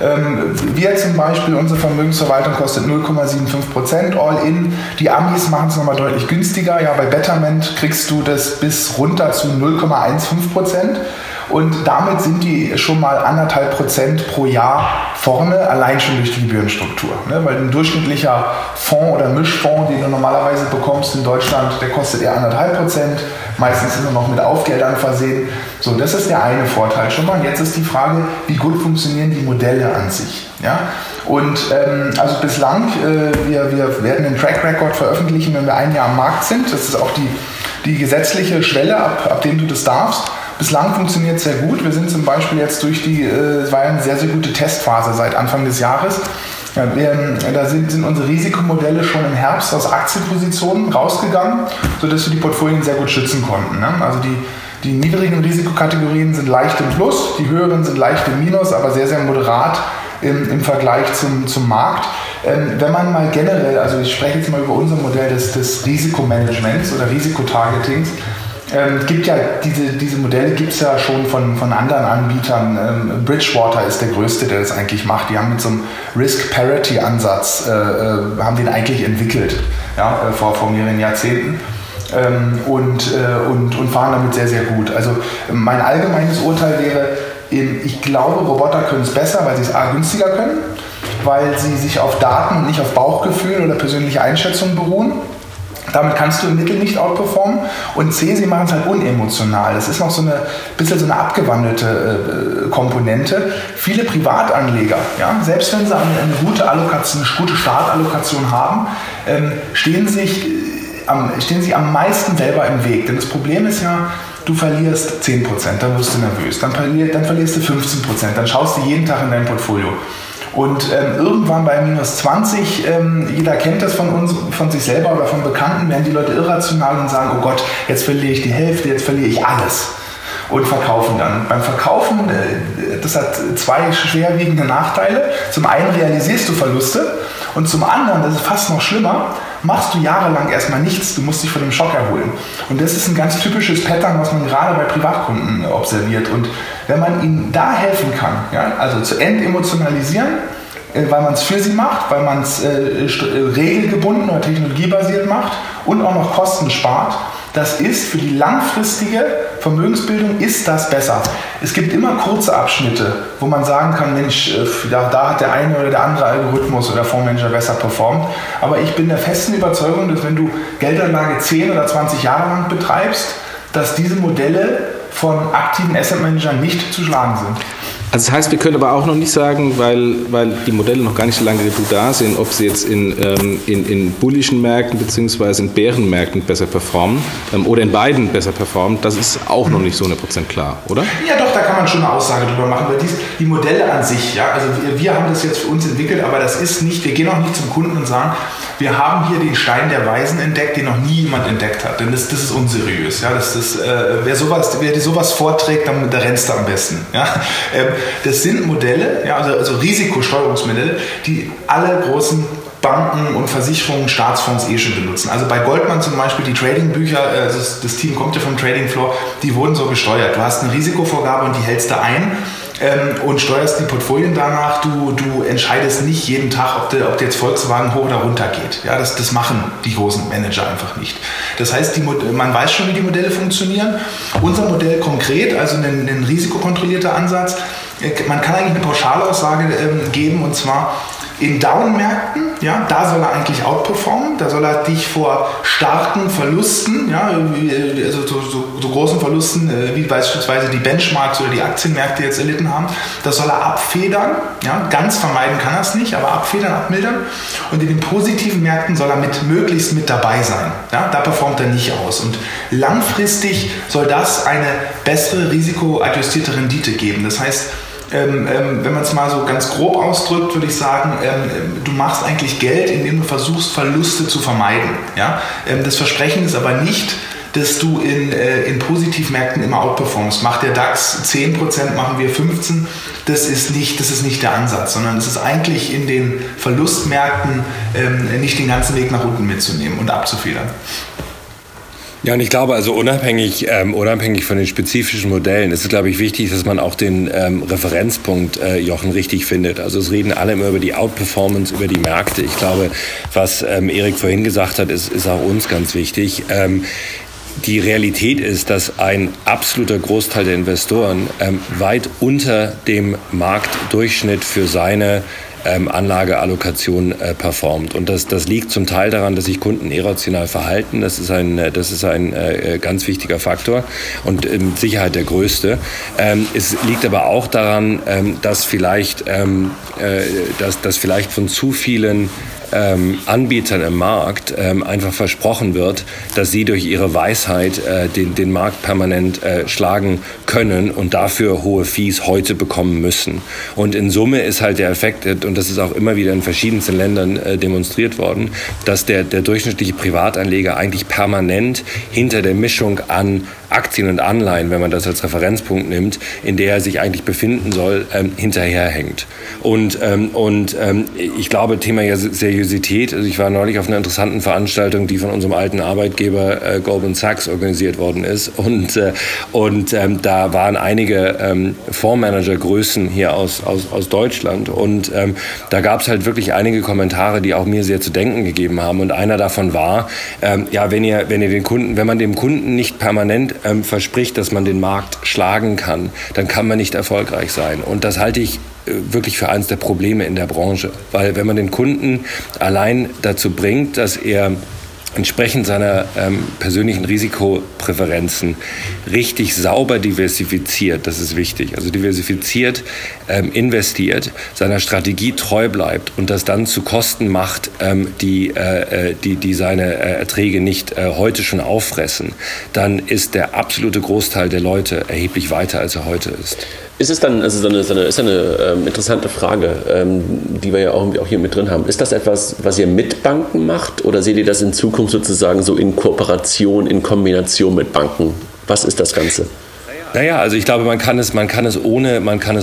wir zum Beispiel, unsere Vermögensverwaltung kostet 0,75% All-in. Die Amis machen es nochmal deutlich günstiger. Ja, bei Betterment kriegst du das bis runter zu 0,15%. Und damit sind die schon mal 1,5% pro Jahr vorne, allein schon durch die Gebührenstruktur. Ne? Weil ein durchschnittlicher Fonds oder Mischfonds, den du normalerweise bekommst in Deutschland, der kostet eher 1,5%. Meistens ist er noch mit Aufgeldern versehen. So, das ist der eine Vorteil schon mal. Und jetzt ist die Frage, wie gut funktionieren die Modelle an sich. Ja? Und also bislang, wir werden einen Track Record veröffentlichen, wenn wir ein Jahr am Markt sind. Das ist auch die gesetzliche Schwelle, ab dem du das darfst. Bislang funktioniert es sehr gut. Wir sind zum Beispiel jetzt es war eine sehr, sehr gute Testphase seit Anfang des Jahres. Ja, da sind unsere Risikomodelle schon im Herbst aus Aktienpositionen rausgegangen, sodass wir die Portfolien sehr gut schützen konnten. Ne? Also die niedrigen Risikokategorien sind leicht im Plus, die höheren sind leicht im Minus, aber sehr, sehr moderat im Vergleich zum Markt. Wenn man mal generell, also ich spreche jetzt mal über unser Modell des Risikomanagements oder Risikotargetings, gibt ja diese Modelle gibt es ja schon von anderen Anbietern. Bridgewater ist der größte, der das eigentlich macht. Die haben mit so einem Risk-Parity-Ansatz haben den eigentlich entwickelt, ja, vor mehreren Jahrzehnten. Und fahren damit sehr, sehr gut. Also mein allgemeines Urteil wäre, ich glaube, Roboter können es besser, weil sie es A, günstiger können, weil sie sich auf Daten und nicht auf Bauchgefühl oder persönliche Einschätzungen beruhen. Damit kannst du im Mittel nicht outperformen. Und C, sie machen es halt unemotional. Das ist noch so ein bisschen so eine abgewandelte Komponente. Viele Privatanleger, ja, selbst wenn sie eine gute Startallokation haben, stehen sie am meisten selber im Weg. Denn das Problem ist ja, du verlierst 10%, dann wirst du nervös. Dann verlierst du 15%, dann schaust du jeden Tag in dein Portfolio. Und irgendwann bei minus 20, jeder kennt das von sich selber oder von Bekannten, werden die Leute irrational und sagen, oh Gott, jetzt verliere ich die Hälfte, jetzt verliere ich alles. Und verkaufen dann. Beim Verkaufen, das hat zwei schwerwiegende Nachteile. Zum einen realisierst du Verluste und zum anderen, das ist fast noch schlimmer, machst du jahrelang erstmal nichts, du musst dich von dem Schock erholen. Und das ist ein ganz typisches Pattern, was man gerade bei Privatkunden observiert. Und wenn man ihnen da helfen kann, ja, also zu entemotionalisieren, weil man es für sie macht, weil man es regelgebunden oder technologiebasiert macht und auch noch Kosten spart, das ist für die langfristige Vermögensbildung ist das besser. Es gibt immer kurze Abschnitte, wo man sagen kann, Mensch, da hat der eine oder der andere Algorithmus oder Fondsmanager besser performt. Aber ich bin der festen Überzeugung, dass wenn du Geldanlage 10 oder 20 Jahre lang betreibst, dass diese Modelle von aktiven Asset-Managern nicht zu schlagen sind. Also das heißt, wir können aber auch noch nicht sagen, weil die Modelle noch gar nicht so lange da sind, ob sie jetzt in bullischen Märkten bzw. in Bärenmärkten besser performen oder in beiden besser performen. Das ist auch noch nicht so 100% klar, oder? Ja doch, da kann man schon eine Aussage drüber machen, weil die Modelle an sich, ja, also wir haben das jetzt für uns entwickelt, aber das ist nicht, wir gehen auch nicht zum Kunden und sagen, wir haben hier den Stein der Weisen entdeckt, den noch nie jemand entdeckt hat, denn das ist unseriös. Ja? Wer sowas vorträgt, der rennst du am besten. Ja? Das sind Modelle, ja, also Risikosteuerungsmodelle, die alle großen Banken und Versicherungen, Staatsfonds schon benutzen. Also bei Goldman zum Beispiel, die Trading-Bücher, das Team kommt ja vom Trading Floor, die wurden so gesteuert. Du hast eine Risikovorgabe und die hältst du ein. und steuerst die Portfolien danach. Du entscheidest nicht jeden Tag, ob jetzt Volkswagen hoch oder runter geht. Ja, das machen die großen Manager einfach nicht. Das heißt, man weiß schon, wie die Modelle funktionieren. Unser Modell konkret, also ein risikokontrollierter Ansatz, man kann eigentlich eine Pauschalaussage geben, und zwar in Down-Märkten, ja, da soll er eigentlich outperformen, da soll er dich vor starken Verlusten, ja, also so großen Verlusten, wie beispielsweise die Benchmarks oder die Aktienmärkte jetzt erlitten haben, das soll er abfedern, ja, ganz vermeiden kann er es nicht, aber abfedern, abmildern, und in den positiven Märkten soll er möglichst mit dabei sein, ja, da performt er nicht aus, und langfristig soll das eine bessere risikoadjustierte Rendite geben. Das heißt, wenn man es mal so ganz grob ausdrückt, würde ich sagen, du machst eigentlich Geld, indem du versuchst, Verluste zu vermeiden. Ja? Das Versprechen ist aber nicht, dass du in Positivmärkten immer outperformst. Macht der DAX 10%, machen wir 15%. Das ist nicht der Ansatz, sondern es ist eigentlich in den Verlustmärkten nicht den ganzen Weg nach unten mitzunehmen und abzufedern. Ja, und ich glaube, also unabhängig von den spezifischen Modellen ist es, glaube ich, wichtig, dass man auch den Referenzpunkt, Jochen, richtig findet. Also es reden alle immer über die Outperformance, über die Märkte. Ich glaube, was Erik vorhin gesagt hat, ist auch uns ganz wichtig. Die Realität ist, dass ein absoluter Großteil der Investoren weit unter dem Marktdurchschnitt für seine Anlageallokation performt. Und das liegt zum Teil daran, dass sich Kunden irrational verhalten. Das ist ein ganz wichtiger Faktor und mit Sicherheit der größte. Es liegt aber auch daran, dass vielleicht von zu vielen Anbietern im Markt einfach versprochen wird, dass sie durch ihre Weisheit den Markt permanent schlagen können und dafür hohe Fees heute bekommen müssen. Und in Summe ist halt der Effekt, und das ist auch immer wieder in verschiedensten Ländern demonstriert worden, dass der durchschnittliche Privatanleger eigentlich permanent hinter der Mischung an Aktien und Anleihen, wenn man das als Referenzpunkt nimmt, in der er sich eigentlich befinden soll, hinterherhängt. Und ich glaube, Thema Seriosität, also ich war neulich auf einer interessanten Veranstaltung, die von unserem alten Arbeitgeber Goldman Sachs organisiert worden ist, und da waren einige Fondsmanager-Größen hier aus Deutschland, und da gab es halt wirklich einige Kommentare, die auch mir sehr zu denken gegeben haben, und einer davon war, wenn man dem Kunden nicht permanent verspricht, dass man den Markt schlagen kann, dann kann man nicht erfolgreich sein. Und das halte ich wirklich für eines der Probleme in der Branche. Weil wenn man den Kunden allein dazu bringt, dass er entsprechend seiner persönlichen Risikopräferenzen richtig sauber diversifiziert, das ist wichtig, also diversifiziert, investiert, seiner Strategie treu bleibt und das dann zu Kosten macht, die seine Erträge nicht heute schon auffressen, dann ist der absolute Großteil der Leute erheblich weiter, als er heute ist. Ist es dann, also ist eine interessante Frage, die wir ja auch hier mit drin haben. Ist das etwas, was ihr mit Banken macht, oder seht ihr das in Zukunft sozusagen so in Kooperation, in Kombination mit Banken? Was ist das Ganze? Naja, also ich glaube, man kann es ohne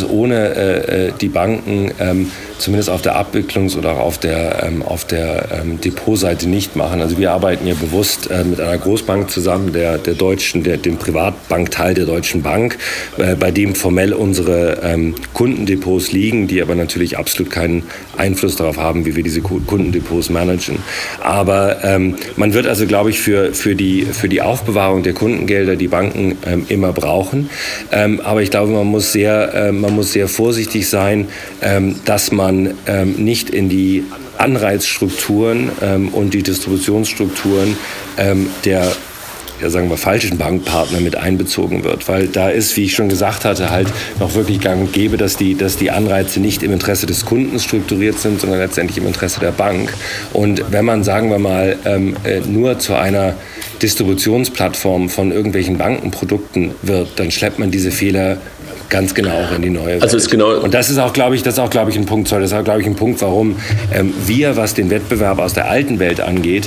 die Banken zumindest auf der Abwicklungs- oder auch auf der Depotseite nicht machen. Also wir arbeiten ja bewusst mit einer Großbank zusammen, dem Privatbankteil der Deutschen Bank, bei dem formell unsere Kundendepots liegen, die aber natürlich absolut keinen Einfluss darauf haben, wie wir diese Kundendepots managen. Aber man wird also, glaube ich, für die Aufbewahrung der Kundengelder die Banken immer brauchen. Aber ich glaube, man muss sehr vorsichtig sein, dass man nicht in die Anreizstrukturen und die Distributionsstrukturen der sagen wir, falschen Bankpartner mit einbezogen wird. Weil da ist, wie ich schon gesagt hatte, halt noch wirklich gang und gäbe, dass die Anreize nicht im Interesse des Kunden strukturiert sind, sondern letztendlich im Interesse der Bank. Und wenn man, sagen wir mal, nur zu einer Distributionsplattform von irgendwelchen Bankenprodukten wird, dann schleppt man diese Fehler ganz genau auch in die neue Welt. Also ist genau. Und das ist auch, glaube ich, ein Punkt, warum wir, was den Wettbewerb aus der alten Welt angeht,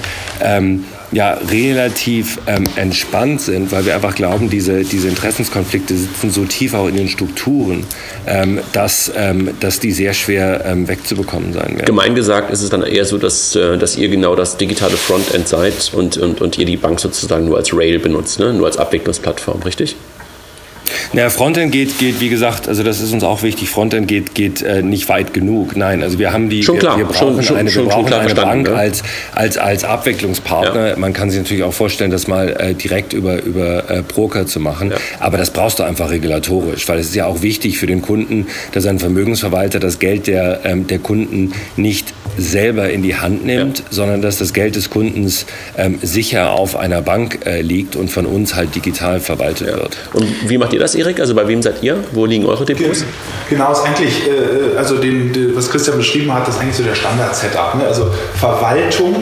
relativ entspannt sind, weil wir einfach glauben, diese Interessenskonflikte sitzen so tief auch in den Strukturen, dass die sehr schwer wegzubekommen sein werden. Gemein gesagt ist es dann eher so, dass ihr genau das digitale Frontend seid und ihr die Bank sozusagen nur als Rail benutzt, ne? Nur als Abwicklungsplattform, richtig? Ja, Frontend geht, wie gesagt, also das ist uns auch wichtig, Frontend geht nicht weit genug. Nein, also wir haben wir brauchen eine Bank, ne? als Abwicklungspartner. Ja. Man kann sich natürlich auch vorstellen, das mal direkt über Broker zu machen. Ja. Aber das brauchst du einfach regulatorisch, weil es ist ja auch wichtig für den Kunden, dass ein Vermögensverwalter das Geld der Kunden nicht selber in die Hand nimmt, sondern dass das Geld des Kundens sicher auf einer Bank liegt und von uns halt digital verwaltet wird. Und wie macht ihr das, Erik? Also bei wem seid ihr? Wo liegen eure Depots? Genau, ist eigentlich, also was Christian beschrieben hat, das ist eigentlich so der Standard-Setup. Ne? Also Verwaltung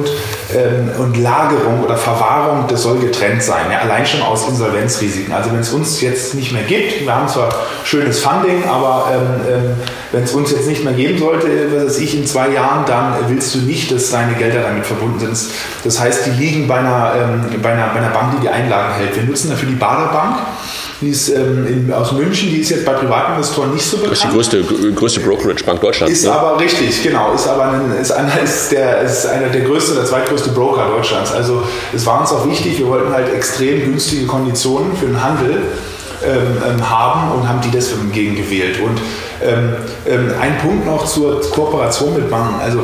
und Lagerung oder Verwahrung, das soll getrennt sein. Ja? Allein schon aus Insolvenzrisiken. Also wenn es uns jetzt nicht mehr gibt, wir haben zwar schönes Funding, aber wenn es uns jetzt nicht mehr geben sollte, was weiß ich, in 2 Jahren, dann willst du nicht, dass deine Gelder damit verbunden sind. Das heißt, die liegen bei einer Bank, die Einlagen hält. Wir nutzen dafür die Bader-Bank. Die ist aus München, die ist jetzt bei Privatinvestoren nicht so bekannt. Das ist die größte Brokerage-Bank Deutschlands. Ist aber richtig, genau. Ist einer der größte oder zweitgrößte Broker Deutschlands. Also es war uns auch wichtig, wir wollten halt extrem günstige Konditionen für den Handel haben und haben die deswegen gewählt. Und ein Punkt noch zur Kooperation mit Banken. Also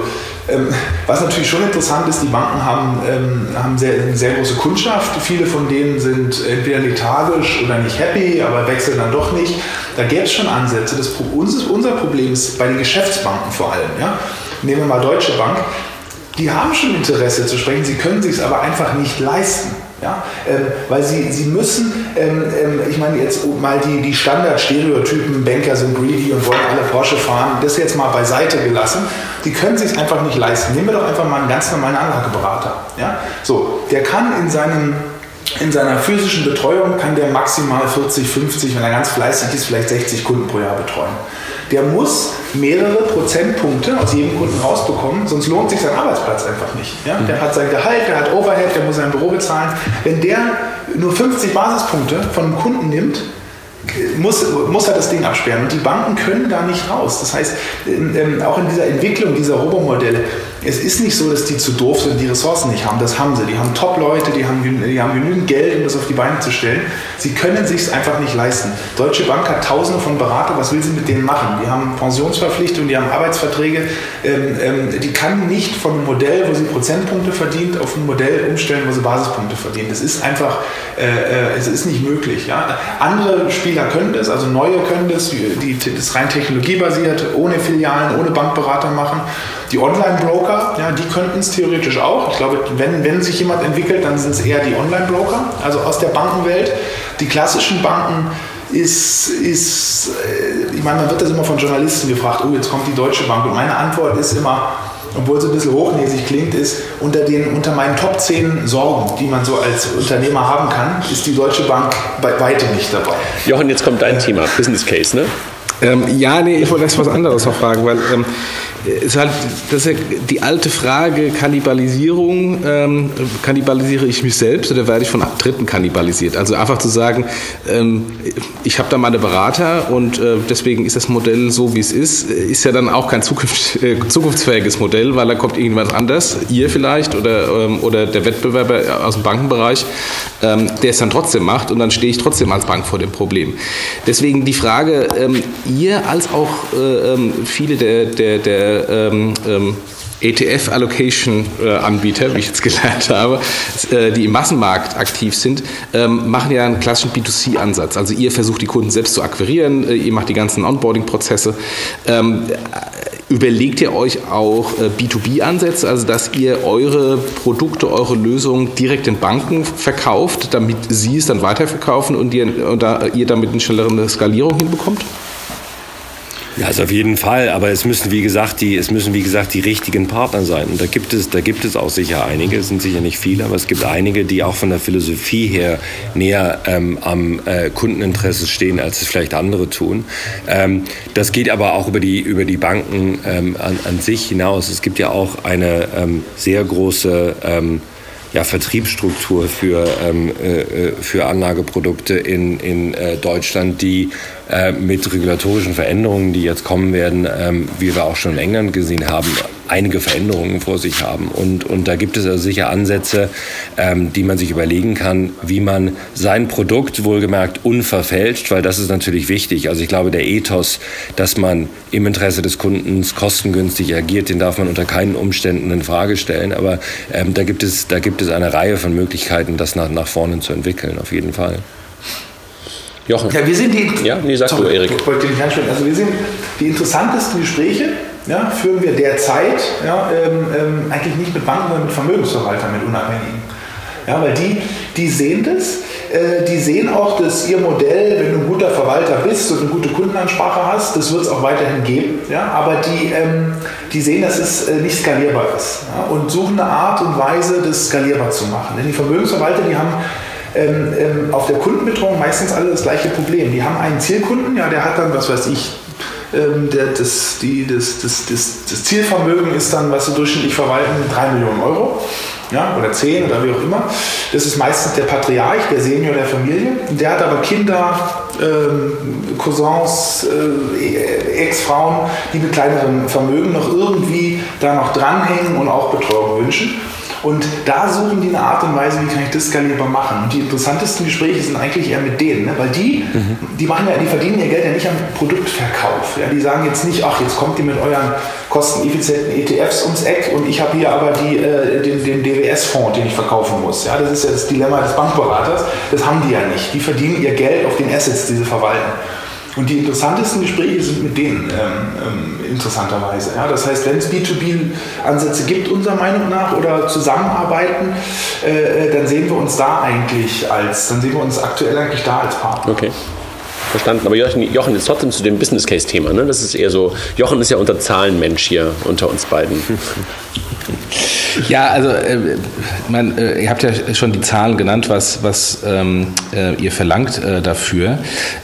was natürlich schon interessant ist, die Banken haben eine sehr große Kundschaft. Viele von denen sind entweder lethargisch oder nicht happy, aber wechseln dann doch nicht. Da gäbe es schon Ansätze. Unser Problem ist bei den Geschäftsbanken vor allem. Ja? Nehmen wir mal Deutsche Bank. Die haben schon Interesse zu sprechen, sie können es sich aber einfach nicht leisten. Ja, weil sie müssen, ich meine jetzt mal die Standardstereotypen, Banker sind greedy und wollen alle Porsche fahren, das jetzt mal beiseite gelassen, die können sich einfach nicht leisten. Nehmen wir doch einfach mal einen ganz normalen Anlageberater. Ja? So, der kann in seiner physischen Betreuung kann der maximal 40, 50, wenn er ganz fleißig ist, vielleicht 60 Kunden pro Jahr betreuen. Der muss mehrere Prozentpunkte aus jedem Kunden rausbekommen, sonst lohnt sich sein Arbeitsplatz einfach nicht. Ja? Der hat sein Gehalt, der hat Overhead, der muss sein Büro bezahlen. Wenn der nur 50 Basispunkte von einem Kunden nimmt, muss er das Ding absperren. Und die Banken können da nicht raus. Das heißt, auch in dieser Entwicklung dieser Robomodelle, es ist nicht so, dass die zu doof sind, die Ressourcen nicht haben. Das haben sie. Die haben Top-Leute, die haben genügend Geld, um das auf die Beine zu stellen. Sie können sich es einfach nicht leisten. Deutsche Bank hat Tausende von Beratern. Was will sie mit denen machen? Die haben Pensionsverpflichtungen, die haben Arbeitsverträge. Die kann nicht von einem Modell, wo sie Prozentpunkte verdient, auf ein Modell umstellen, wo sie Basispunkte verdient. Das ist einfach, es ist nicht möglich. Ja? Andere Spieler können das, also neue können das, das rein technologiebasiert, ohne Filialen, ohne Bankberater machen. Die Online-Broker, ja, die könnten es theoretisch auch. Ich glaube, wenn sich jemand entwickelt, dann sind es eher die Online-Broker, also aus der Bankenwelt. Die klassischen Banken ich meine, man wird das immer von Journalisten gefragt, oh, jetzt kommt die Deutsche Bank. Und meine Antwort ist immer, obwohl es ein bisschen hochnäsig klingt, ist, unter meinen Top 10 Sorgen, die man so als Unternehmer haben kann, ist die Deutsche Bank bei weitem nicht dabei. Jochen, jetzt kommt dein Thema, Business Case, ne? Ich wollte erst was anderes noch fragen, weil das ist ja die alte Frage, Kannibalisierung, kannibalisiere ich mich selbst oder werde ich von Dritten kannibalisiert? Also einfach zu sagen, ich habe da meine Berater und deswegen ist das Modell so, wie es ist ja dann auch kein zukunftsfähiges Modell, weil da kommt irgendwas anders, ihr vielleicht oder der Wettbewerber aus dem Bankenbereich, der es dann trotzdem macht und dann stehe ich trotzdem als Bank vor dem Problem. Deswegen die Frage, ihr als auch viele der ETF-Allocation-Anbieter, wie ich jetzt gelernt habe, die im Massenmarkt aktiv sind, machen ja einen klassischen B2C-Ansatz. Also ihr versucht die Kunden selbst zu akquirieren, ihr macht die ganzen Onboarding-Prozesse. Überlegt ihr euch auch B2B-Ansätze, also dass ihr eure Produkte, eure Lösungen direkt den Banken verkauft, damit sie es dann weiterverkaufen und ihr damit eine schnellere Skalierung hinbekommt? Ja, also auf jeden Fall, aber es müssen wie gesagt die richtigen Partner sein. Und da gibt es auch sicher einige, es sind sicher nicht viele, aber es gibt einige, die auch von der Philosophie her näher am Kundeninteresse stehen, als es vielleicht andere tun. Das geht aber auch über die Banken an sich hinaus. Es gibt ja auch eine sehr große Vertriebsstruktur für Anlageprodukte in Deutschland, die mit regulatorischen Veränderungen, die jetzt kommen werden, wie wir auch schon in England gesehen haben, einige Veränderungen vor sich haben. Und da gibt es also sicher Ansätze, die man sich überlegen kann, wie man sein Produkt wohlgemerkt unverfälscht, weil das ist natürlich wichtig. Also ich glaube, der Ethos, dass man im Interesse des Kundens kostengünstig agiert, den darf man unter keinen Umständen in Frage stellen. Aber da gibt es eine Reihe von Möglichkeiten, das nach vorne zu entwickeln, auf jeden Fall. Jochen. Ja, wir sind die. Ja, nee, sag du, Erik. Also wir sind die interessantesten Gespräche, ja, führen wir derzeit eigentlich nicht mit Banken, sondern mit Vermögensverwaltern, mit Unabhängigen. Ja, weil die sehen das. Die sehen auch, dass ihr Modell, wenn du ein guter Verwalter bist und eine gute Kundenansprache hast, das wird es auch weiterhin geben. Ja? Aber die sehen, dass es nicht skalierbar ist, ja? Und suchen eine Art und Weise, das skalierbar zu machen. Denn die Vermögensverwalter, die haben auf der Kundenbetreuung meistens alle das gleiche Problem. Die haben einen Zielkunden, ja, der hat dann, was weiß ich, das Zielvermögen ist dann, was sie durchschnittlich verwalten, 3 Millionen Euro. Ja, oder 10 oder wie auch immer. Das ist meistens der Patriarch, der Senior der Familie. Der hat aber Kinder, Cousins, Ex-Frauen, die mit kleinerem Vermögen noch irgendwie da noch dranhängen und auch Betreuung wünschen. Und da suchen die eine Art und Weise, wie kann ich das skalierbar machen. Und die interessantesten Gespräche sind eigentlich eher mit denen, ne? Weil die verdienen ihr Geld ja nicht am Produktverkauf. Ja? Die sagen jetzt nicht, ach, jetzt kommt ihr mit euren kosteneffizienten ETFs ums Eck und ich habe hier aber den DWS-Fonds, den ich verkaufen muss. Ja? Das ist ja das Dilemma des Bankberaters. Das haben die ja nicht. Die verdienen ihr Geld auf den Assets, die sie verwalten. Und die interessantesten Gespräche sind mit denen, interessanterweise. Ja? Das heißt, wenn es B2B-Ansätze gibt, unserer Meinung nach, oder Zusammenarbeiten, dann sehen wir uns aktuell eigentlich da als Partner. Okay. Verstanden. Aber Jochen, jetzt trotzdem zu dem Business Case Thema. Ne? Das ist eher so, Jochen ist ja unser Zahlenmensch hier unter uns beiden. Ja, also ihr habt ja schon die Zahlen genannt, was ihr verlangt dafür.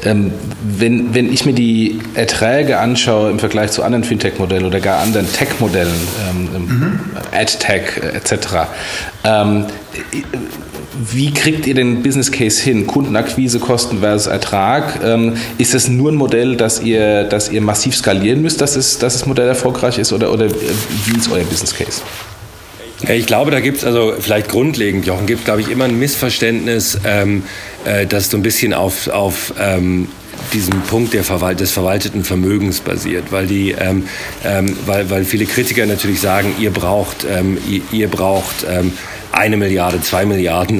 Wenn ich mir die Erträge anschaue im Vergleich zu anderen Fintech-Modellen oder gar anderen Tech-Modellen, AdTech etc., wie kriegt ihr den Business Case hin? Kundenakquise, Kosten versus Ertrag. Ist das nur ein Modell, dass ihr massiv skalieren müsst, dass das Modell erfolgreich ist, oder wie ist euer Business Case? Ich glaube, da gibt es also vielleicht grundlegend, Jochen, glaube ich, immer ein Missverständnis, das so ein bisschen auf diesem Punkt des verwalteten Vermögens basiert, weil viele Kritiker natürlich sagen, ihr braucht 1 Milliarde, 2 Milliarden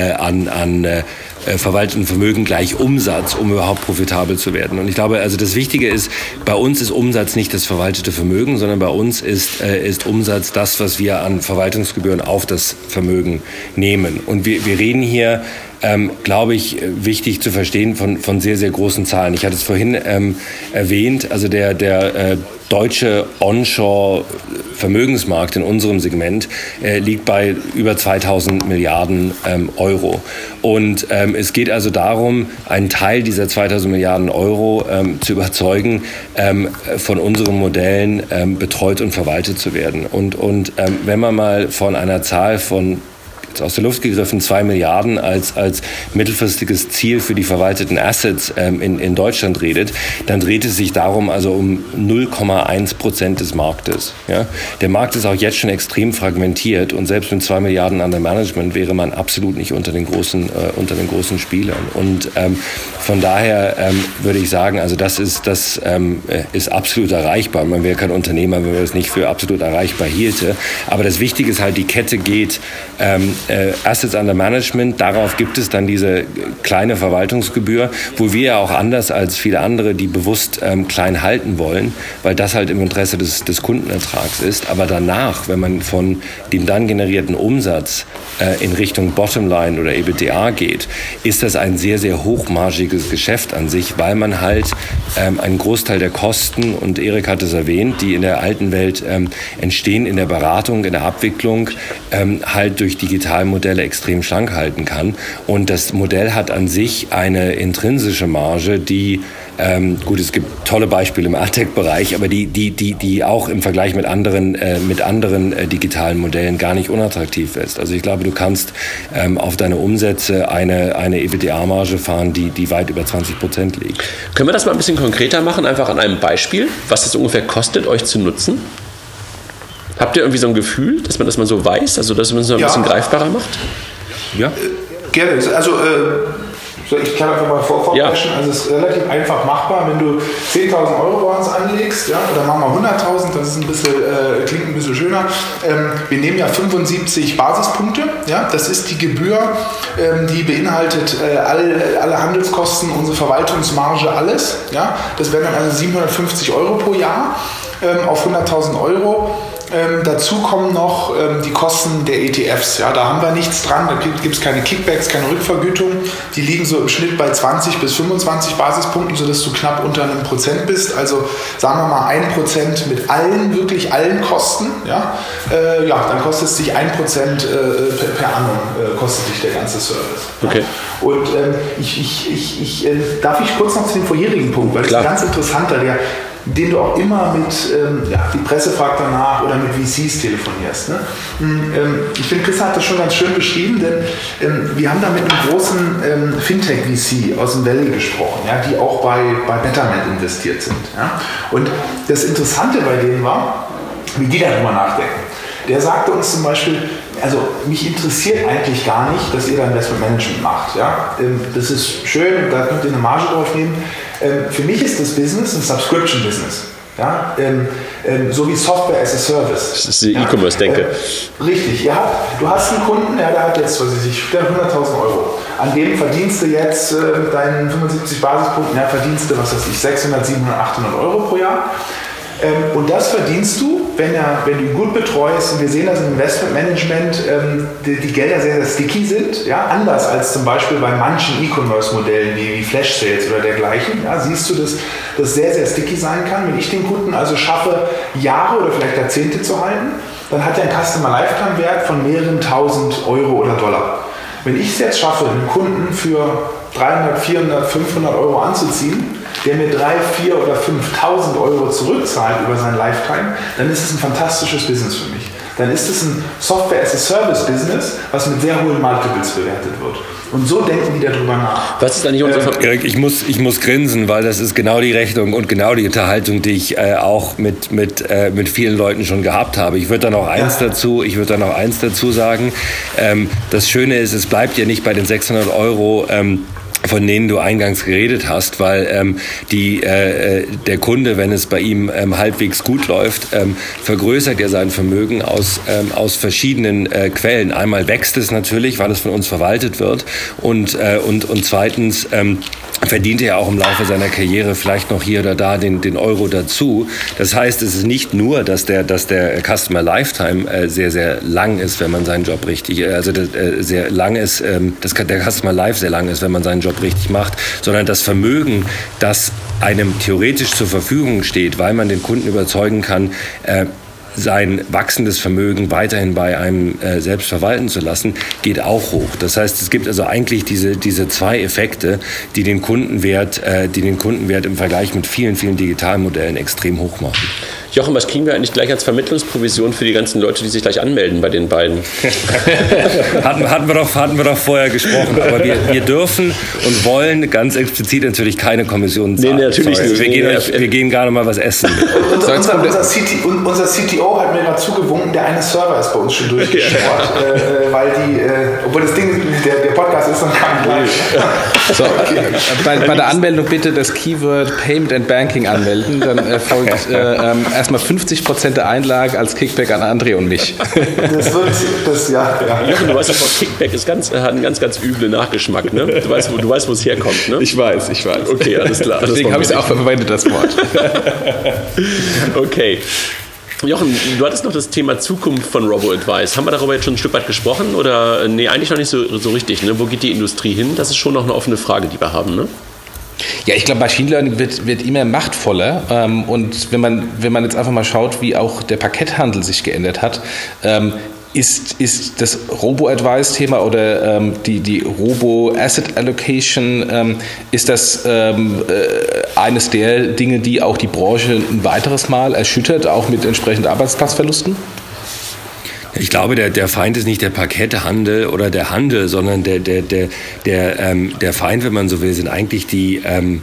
an verwalteten Vermögen gleich Umsatz, um überhaupt profitabel zu werden. Und ich glaube, also das Wichtige ist, bei uns ist Umsatz nicht das verwaltete Vermögen, sondern bei uns ist Umsatz das, was wir an Verwaltungsgebühren auf das Vermögen nehmen. Und wir reden hier, glaube ich, wichtig zu verstehen von sehr, sehr großen Zahlen. Ich hatte es vorhin erwähnt, also der deutsche Onshore-Vermögensmarkt in unserem Segment liegt bei über 2000 Milliarden Euro. Und es geht also darum, einen Teil dieser 2000 Milliarden Euro zu überzeugen, von unseren Modellen betreut und verwaltet zu werden. Und wenn man mal von einer Zahl von jetzt aus der Luft gegriffen 2 Milliarden als mittelfristiges Ziel für die verwalteten Assets in Deutschland redet, dann dreht es sich darum also um 0,1% des Marktes. Ja? Der Markt ist auch jetzt schon extrem fragmentiert und selbst mit 2 Milliarden under Management wäre man absolut nicht unter den großen Spielern. Und von daher würde ich sagen, also das ist absolut erreichbar. Man wäre kein Unternehmer, wenn man das nicht für absolut erreichbar hielte. Aber das Wichtige ist halt, die Kette geht Assets under Management, darauf gibt es dann diese kleine Verwaltungsgebühr, wo wir ja auch anders als viele andere, die bewusst klein halten wollen, weil das halt im Interesse des Kundenertrags ist. Aber danach, wenn man von dem dann generierten Umsatz in Richtung Bottomline oder EBITDA geht, ist das ein sehr, sehr hochmargiges Geschäft an sich, weil man halt einen Großteil der Kosten, und Erik hat es erwähnt, die in der alten Welt entstehen, in der Beratung, in der Abwicklung, halt durch digitale Modelle extrem schlank halten kann. Und das Modell hat an sich eine intrinsische Marge, die, gut, es gibt tolle Beispiele im AdTech-Bereich, aber die auch im Vergleich mit anderen digitalen Modellen gar nicht unattraktiv ist. Also ich glaube, du kannst auf deine Umsätze eine EBITDA-Marge fahren, die weit über 20% liegt. Können wir das mal ein bisschen konkreter machen, einfach an einem Beispiel, was es ungefähr kostet, euch zu nutzen? Habt ihr irgendwie so ein Gefühl, dass man das mal so weiß, also dass man es so ein bisschen greifbarer macht? Ja. Gerne. Also ich kann einfach mal vorpreschen. Also es ist relativ einfach machbar, wenn du 10.000 Euro bei uns anlegst, ja, oder machen wir 100.000, das ist klingt ein bisschen schöner. Wir nehmen ja 75 Basispunkte, ja, das ist die Gebühr, die beinhaltet alle Handelskosten, unsere Verwaltungsmarge, alles. Ja. Das wären dann also 750 Euro pro Jahr auf 100.000 Euro. Dazu kommen noch die Kosten der ETFs. Ja, da haben wir nichts dran, da gibt es keine Kickbacks, keine Rückvergütung. Die liegen so im Schnitt bei 20 bis 25 Basispunkten, sodass du knapp unter einem Prozent bist. Also sagen wir mal 1% mit wirklich allen Kosten. Ja, dann kostet es dich 1% per annum, kostet dich der ganze Service. Okay. Ja. Und darf ich kurz noch zu dem vorherigen Punkt, weil das ist ein ganz interessanter, den du auch immer mit, die Presse fragt danach oder mit VCs telefonierst. Ne? Ich finde, Chris hat das schon ganz schön beschrieben, denn wir haben da mit einem großen Fintech-VC aus dem Valley gesprochen, ja, die auch bei Betterment investiert sind. Ja? Und das Interessante bei denen war, wie die darüber nachdenken. Der sagte uns zum Beispiel, also mich interessiert eigentlich gar nicht, dass ihr da Investment Management macht. Ja? Das ist schön, da könnt ihr eine Marge drauf nehmen. Für mich ist das Business ein Subscription-Business. Ja? So wie Software as a Service. Das ist die E-Commerce-Denke. Richtig. Du hast einen Kunden, der hat jetzt, 100.000 Euro. An dem verdienst du jetzt mit deinen 75 Basispunkten, verdienst du, 600, 700, 800 Euro pro Jahr. Und das verdienst du, wenn du ihn gut betreust, und wir sehen das im Investmentmanagement, die Gelder sehr, sehr sticky sind, ja, anders als zum Beispiel bei manchen E-Commerce-Modellen wie Flash Sales oder dergleichen, ja, siehst du, dass das sehr, sehr sticky sein kann. Wenn ich den Kunden also schaffe, Jahre oder vielleicht Jahrzehnte zu halten, dann hat er einen Customer Lifetime Wert von mehreren tausend Euro oder Dollar. Wenn ich es jetzt schaffe, einen Kunden für 300, 400, 500 Euro anzuziehen, der mir 3.000, 4.000 oder 5.000 Euro zurückzahlt über sein Lifetime, dann ist es ein fantastisches Business für mich. Dann ist es ein Software-as-a-Service-Business, was mit sehr hohen Multiples bewertet wird. Und so denken die darüber nach. Was ist eigentlich unser Erik, ich muss grinsen, weil das ist genau die Rechnung und genau die Unterhaltung, die ich auch mit vielen Leuten schon gehabt habe. Ich würde da noch eins dazu sagen. Das Schöne ist, es bleibt ja nicht bei den 600 Euro, von denen du eingangs geredet hast, weil der Kunde, wenn es bei ihm halbwegs gut läuft, vergrößert ja sein Vermögen aus verschiedenen Quellen. Einmal wächst es natürlich, weil es von uns verwaltet wird, und zweitens verdient er auch im Laufe seiner Karriere vielleicht noch hier oder da den Euro dazu. Das heißt, es ist nicht nur, dass der Customer Lifetime sehr, sehr lang ist, wenn man seinen Job richtig, sehr lang ist, dass der Customer Life sehr lang ist, wenn man seinen Job richtig macht, sondern das Vermögen, das einem theoretisch zur Verfügung steht, weil man den Kunden überzeugen kann, sein wachsendes Vermögen weiterhin bei einem selbst verwalten zu lassen, geht auch hoch. Das heißt, es gibt also eigentlich diese zwei Effekte, die den Kundenwert im Vergleich mit vielen, vielen Digitalmodellen extrem hoch machen. Jochen, was kriegen wir eigentlich gleich als Vermittlungsprovision für die ganzen Leute, die sich gleich anmelden bei den beiden? hatten wir doch vorher gesprochen. Aber wir dürfen und wollen ganz explizit natürlich keine Kommissionen zahlen. Nee, natürlich nicht. Wir gehen gerade mal was essen. Unser CTO hat mir gerade zugewunken, der eine Server ist bei uns schon durchgeschaut, weil obwohl das Ding, der Podcast ist noch gar nicht live. So, okay. Bei der Anmeldung bitte das Keyword Payment and Banking anmelden, dann erfolgt erstmal 50% der Einlage als Kickback an André und mich. Ja. Jochen, du weißt, das Kickback hat einen ganz, ganz üblen Nachgeschmack, ne? Du weißt, wo es herkommt, ne? Ich weiß. Okay, alles klar. Deswegen habe ich es auch verwendet, das Wort. Okay. Jochen, du hattest noch das Thema Zukunft von Robo-Advice. Haben wir darüber jetzt schon ein Stück weit gesprochen? Oder nee, eigentlich noch nicht so richtig, ne? Wo geht die Industrie hin? Das ist schon noch eine offene Frage, die wir haben, ne? Ja, ich glaube, Machine Learning wird immer machtvoller, und wenn man jetzt einfach mal schaut, wie auch der Parketthandel sich geändert hat, ist das Robo-Advice-Thema oder die Robo-Asset Allocation, ist das eines der Dinge, die auch die Branche ein weiteres Mal erschüttert, auch mit entsprechenden Arbeitsplatzverlusten? Ich glaube, der Feind ist nicht der Parketthandel oder der Handel, sondern der Feind, wenn man so will, sind eigentlich die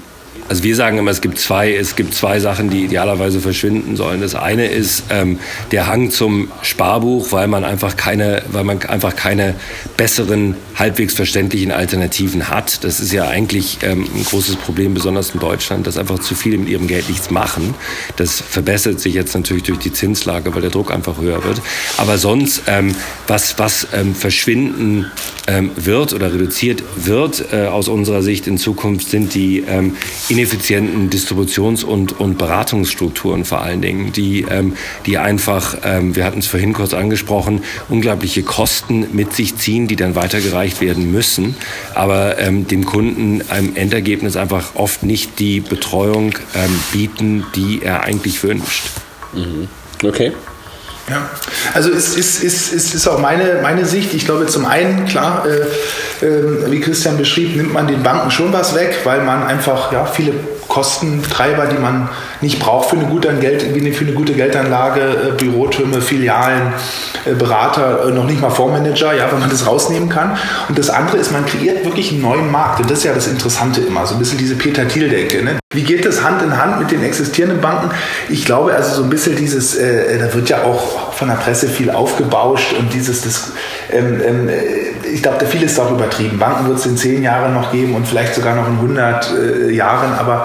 Also wir sagen immer, es gibt zwei Sachen, die idealerweise verschwinden sollen. Das eine ist der Hang zum Sparbuch, weil man einfach keine besseren, halbwegs verständlichen Alternativen hat. Das ist ja eigentlich ein großes Problem, besonders in Deutschland, dass einfach zu viele mit ihrem Geld nichts machen. Das verbessert sich jetzt natürlich durch die Zinslage, weil der Druck einfach höher wird. Aber sonst, was verschwinden wird oder reduziert wird aus unserer Sicht in Zukunft, sind die ineffizienten Distributions- und Beratungsstrukturen vor allen Dingen, die einfach, wir hatten es vorhin kurz angesprochen, unglaubliche Kosten mit sich ziehen, die dann weitergereicht werden müssen, aber dem Kunden im Endergebnis einfach oft nicht die Betreuung bieten, die er eigentlich wünscht. Mhm. Okay. Ja, also es ist auch meine Sicht. Ich glaube, zum einen, klar, wie Christian beschrieb, nimmt man den Banken schon was weg, weil man einfach viele Kostentreiber, die man nicht braucht für eine gute Geldanlage, Bürotürme, Filialen, Berater, noch nicht mal Fondsmanager, wenn man das rausnehmen kann. Und das andere ist, man kreiert wirklich einen neuen Markt. Und das ist ja das Interessante immer, so ein bisschen diese Peter-Thiel-Denke. Ne? Wie geht das Hand in Hand mit den existierenden Banken? Ich glaube, also so ein bisschen dieses, da wird ja auch von der Presse viel aufgebauscht und ich glaube, vieles ist auch übertrieben. Banken wird es in 10 Jahren noch geben und vielleicht sogar noch in 100 Jahren, aber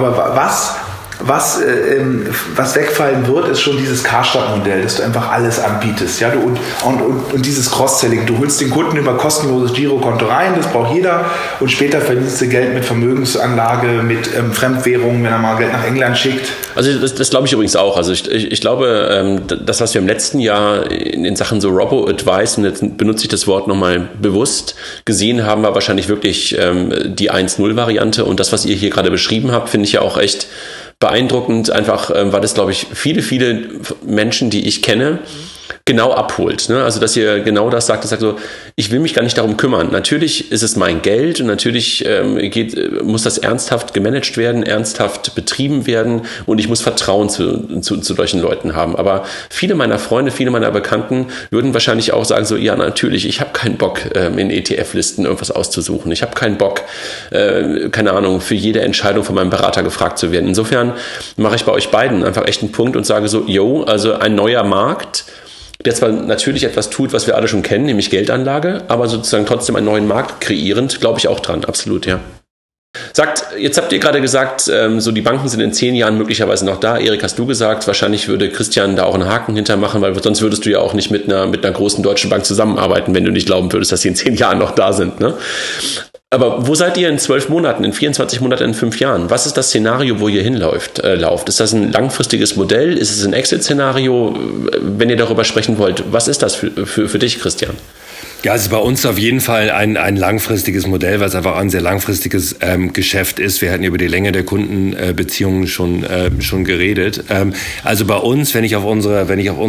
was wegfallen wird, ist schon dieses Karstadt-Modell, dass du einfach alles anbietest. Ja? Und dieses Cross-Selling. Du holst den Kunden über kostenloses Girokonto rein, das braucht jeder. Und später verdienst du Geld mit Vermögensanlage, mit Fremdwährungen, wenn er mal Geld nach England schickt. Also das glaube ich übrigens auch. Also ich glaube, das, was wir im letzten Jahr in Sachen so Robo-Advice, und jetzt benutze ich das Wort nochmal bewusst, gesehen haben, war wahrscheinlich wirklich die 1.0-Variante. Und das, was ihr hier gerade beschrieben habt, finde ich ja auch echt beeindruckend, einfach, weil das, glaube ich, viele Menschen, die ich kenne, genau abholt. Ne? Also, dass ihr genau das sagt, so, ich will mich gar nicht darum kümmern. Natürlich ist es mein Geld und natürlich muss das ernsthaft gemanagt werden, ernsthaft betrieben werden und ich muss Vertrauen zu solchen Leuten haben. Aber viele meiner Freunde, viele meiner Bekannten würden wahrscheinlich auch sagen so, ja, natürlich, ich habe keinen Bock, in ETF-Listen irgendwas auszusuchen. Ich habe keinen Bock, keine Ahnung, für jede Entscheidung von meinem Berater gefragt zu werden. Insofern mache ich bei euch beiden einfach echt einen Punkt und sage so, also ein neuer Markt, der zwar natürlich etwas tut, was wir alle schon kennen, nämlich Geldanlage, aber sozusagen trotzdem einen neuen Markt kreierend, glaube ich auch dran, absolut, ja. Jetzt habt ihr gerade gesagt, so die Banken sind in 10 Jahren möglicherweise noch da. Erik, hast du gesagt, wahrscheinlich würde Christian da auch einen Haken hintermachen, weil sonst würdest du ja auch nicht mit einer großen deutschen Bank zusammenarbeiten, wenn du nicht glauben würdest, dass sie in 10 Jahren noch da sind, ne? Aber wo seid ihr in 12 Monaten, in 24 Monaten, in 5 Jahren? Was ist das Szenario, wo ihr hinläuft? Ist das ein langfristiges Modell? Ist es ein Exit-Szenario? Wenn ihr darüber sprechen wollt, was ist das für dich, Christian? Ja, es ist bei uns auf jeden Fall ein langfristiges Modell, weil es einfach ein sehr langfristiges Geschäft ist. Wir hatten über die Länge der Kundenbeziehungen schon geredet. Also bei uns, wenn ich auf unsere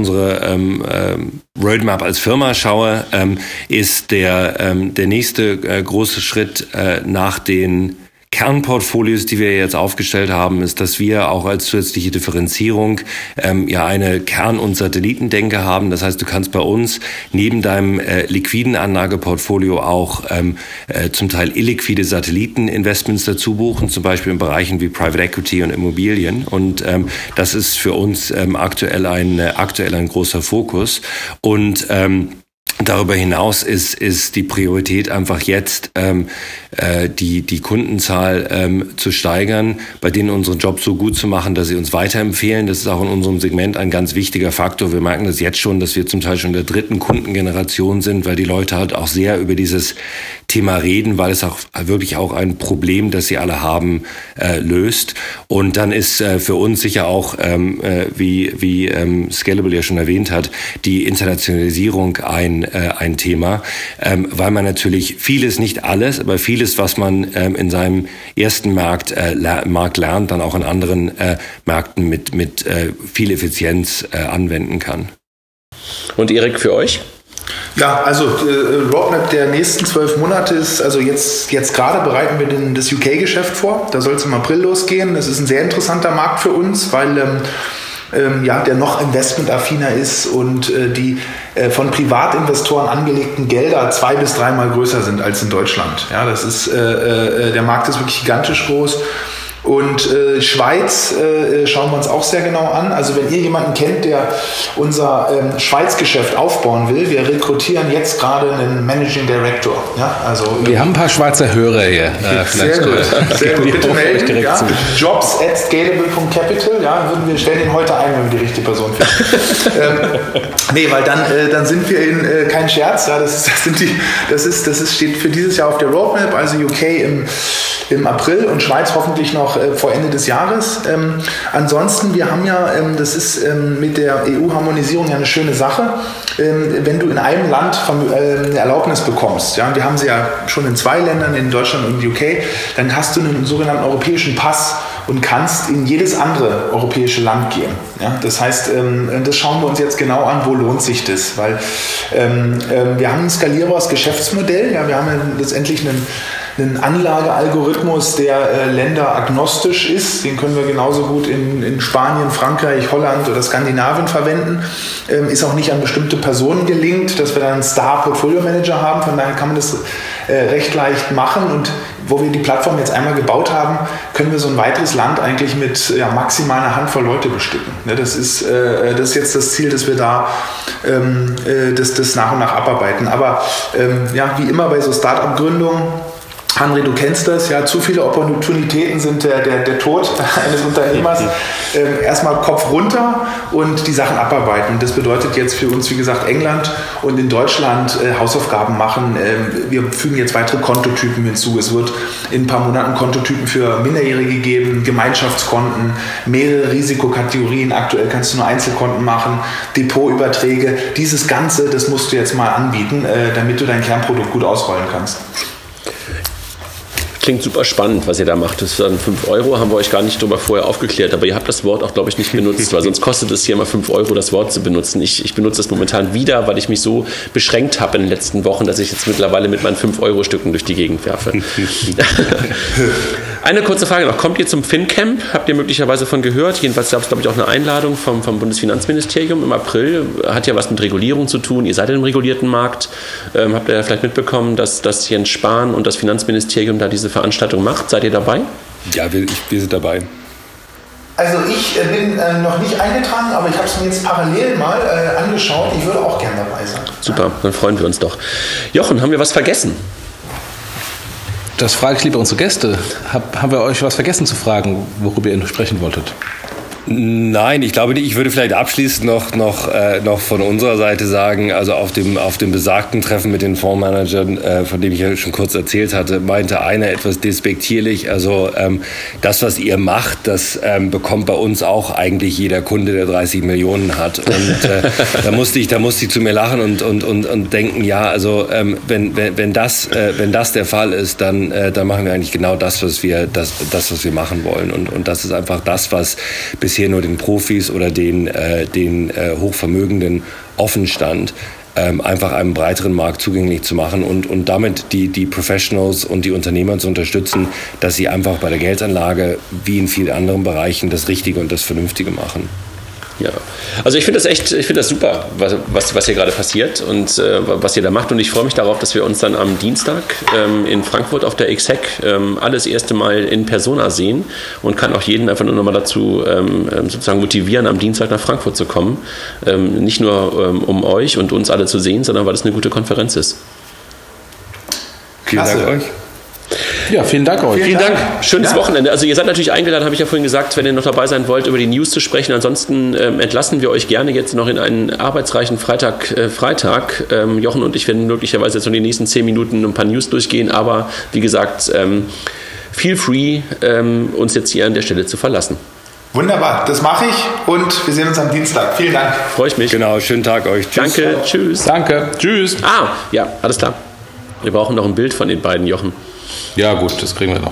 Roadmap als Firma schaue, ist der nächste große Schritt nach den Kernportfolios, die wir jetzt aufgestellt haben, ist, dass wir auch als zusätzliche Differenzierung eine Kern- und Satellitendenke haben. Das heißt, du kannst bei uns neben deinem liquiden Anlageportfolio auch zum Teil illiquide Satelliteninvestments dazu buchen, zum Beispiel in Bereichen wie Private Equity und Immobilien. Und das ist für uns aktuell ein großer Fokus. Und darüber hinaus ist die Priorität einfach jetzt, die Kundenzahl zu steigern, bei denen unseren Job so gut zu machen, dass sie uns weiterempfehlen. Das ist auch in unserem Segment ein ganz wichtiger Faktor. Wir merken das jetzt schon, dass wir zum Teil schon in der 3. Kundengeneration sind, weil die Leute halt auch sehr über dieses Thema reden, weil es auch wirklich auch ein Problem, das sie alle haben, löst. Und dann ist für uns sicher auch, wie Scalable ja schon erwähnt hat, die Internationalisierung ein Thema, weil man natürlich vieles, nicht alles, aber vieles, was man in seinem ersten Markt lernt, dann auch in anderen Märkten mit viel Effizienz anwenden kann. Und Erik, für euch? Ja, also Roadmap der nächsten 12 Monate ist, also jetzt gerade bereiten wir das UK-Geschäft vor. Da soll es im April losgehen. Das ist ein sehr interessanter Markt für uns, weil der noch investmentaffiner ist und die von Privatinvestoren angelegten Gelder 2- bis 3-mal größer sind als in Deutschland. Ja, das ist der Markt ist wirklich gigantisch groß. Und Schweiz schauen wir uns auch sehr genau an. Also wenn ihr jemanden kennt, der unser Schweiz-Geschäft aufbauen will, wir rekrutieren jetzt gerade einen Managing Director. Ja, also wir haben ein paar Schweizer Hörer hier. Sehr gut. Bitte melden. Ja. Jobs@scalable.capital. Ja, wir stellen ihn heute ein, wenn wir die richtige Person finden. Weil dann sind wir in kein Scherz. Ja, das steht für dieses Jahr auf der Roadmap. Also UK im April und Schweiz hoffentlich noch vor Ende des Jahres. Ansonsten, wir haben ja, das ist mit der EU-Harmonisierung ja eine schöne Sache, wenn du in einem Land eine Erlaubnis bekommst. Ja, wir haben sie ja schon in 2 Ländern, in Deutschland und UK, dann hast du einen sogenannten europäischen Pass und kannst in jedes andere europäische Land gehen. Ja, das heißt, das schauen wir uns jetzt genau an, wo lohnt sich das, weil wir haben ein skalierbares Geschäftsmodell, ja, wir haben letztendlich einen Anlagealgorithmus, der länderagnostisch ist. Den können wir genauso gut in Spanien, Frankreich, Holland oder Skandinavien verwenden. Ist auch nicht an bestimmte Personen gelinkt, dass wir dann einen Star-Portfolio-Manager haben. Von daher kann man das recht leicht machen. Und wo wir die Plattform jetzt einmal gebaut haben, können wir so ein weiteres Land eigentlich mit maximal einer Handvoll Leute bestücken. Das ist jetzt das Ziel, dass wir da das nach und nach abarbeiten. Aber wie immer bei so Start-up-Gründungen, André, du kennst das, ja, zu viele Opportunitäten sind der Tod eines Unternehmers. Erstmal Kopf runter und die Sachen abarbeiten. Das bedeutet jetzt für uns, wie gesagt, England und in Deutschland Hausaufgaben machen. Wir fügen jetzt weitere Kontotypen hinzu. Es wird in ein paar Monaten Kontotypen für Minderjährige geben, Gemeinschaftskonten, mehrere Risikokategorien. Aktuell kannst du nur Einzelkonten machen, Depotüberträge. Dieses Ganze, das musst du jetzt mal anbieten, damit du dein Kernprodukt gut ausrollen kannst. Klingt super spannend, was ihr da macht. Das sind 5 €, haben wir euch gar nicht drüber vorher aufgeklärt, aber ihr habt das Wort auch, glaube ich, nicht benutzt, weil sonst kostet es hier immer 5 €, das Wort zu benutzen. Ich benutze das momentan wieder, weil ich mich so beschränkt habe in den letzten Wochen, dass ich jetzt mittlerweile mit meinen 5-€ durch die Gegend werfe. Eine kurze Frage noch. Kommt ihr zum FinCamp? Habt ihr möglicherweise von gehört? Jedenfalls gab es, glaube ich, auch eine Einladung vom Bundesfinanzministerium im April. Hat ja was mit Regulierung zu tun. Ihr seid in einem regulierten Markt. Habt ihr vielleicht mitbekommen, dass Jens Spahn und das Finanzministerium da diese Veranstaltung macht? Seid ihr dabei? Ja, wir sind dabei. Also ich bin noch nicht eingetragen, aber ich habe es mir jetzt parallel mal angeschaut. Ich würde auch gerne dabei sein. Super, dann freuen wir uns doch. Jochen, haben wir was vergessen? Das frage ich lieber unsere Gäste. Haben wir euch was vergessen zu fragen, worüber ihr sprechen wolltet? Nein, ich glaube nicht. Ich würde vielleicht abschließend noch von unserer Seite sagen, also auf dem besagten Treffen mit den Fondsmanagern, von dem ich ja schon kurz erzählt hatte, meinte einer etwas despektierlich, also das, was ihr macht, das bekommt bei uns auch eigentlich jeder Kunde, der 30 Millionen hat. Und da musste ich zu mir lachen und denken, ja, also wenn das der Fall ist, dann machen wir eigentlich genau das, was wir machen wollen. Und das ist einfach das, was bisher nur den Profis oder den Hochvermögenden offen stand, einfach einem breiteren Markt zugänglich zu machen und damit die Professionals und die Unternehmer zu unterstützen, dass sie einfach bei der Geldanlage wie in vielen anderen Bereichen das Richtige und das Vernünftige machen. Ja, also ich finde das super, was hier gerade passiert und was ihr da macht, und ich freue mich darauf, dass wir uns dann am Dienstag in Frankfurt auf der XHAC alles erste Mal in Persona sehen, und kann auch jeden einfach nur nochmal dazu sozusagen motivieren, am Dienstag nach Frankfurt zu kommen. Nicht nur um euch und uns alle zu sehen, sondern weil es eine gute Konferenz ist. Vielen Dank euch. Ja, vielen Dank euch. Vielen Dank. Schönes Wochenende. Also ihr seid natürlich eingeladen, habe ich ja vorhin gesagt, wenn ihr noch dabei sein wollt, über die News zu sprechen. Ansonsten entlassen wir euch gerne jetzt noch in einen arbeitsreichen Freitag. Jochen und ich werden möglicherweise jetzt noch die nächsten 10 Minuten ein paar News durchgehen, aber wie gesagt, feel free, uns jetzt hier an der Stelle zu verlassen. Wunderbar, das mache ich, und wir sehen uns am Dienstag. Vielen Dank. Freue ich mich. Genau, schönen Tag euch. Tschüss. Danke, tschüss. Danke, tschüss. Ja, alles klar. Wir brauchen noch ein Bild von den beiden, Jochen. Ja gut, das kriegen wir noch.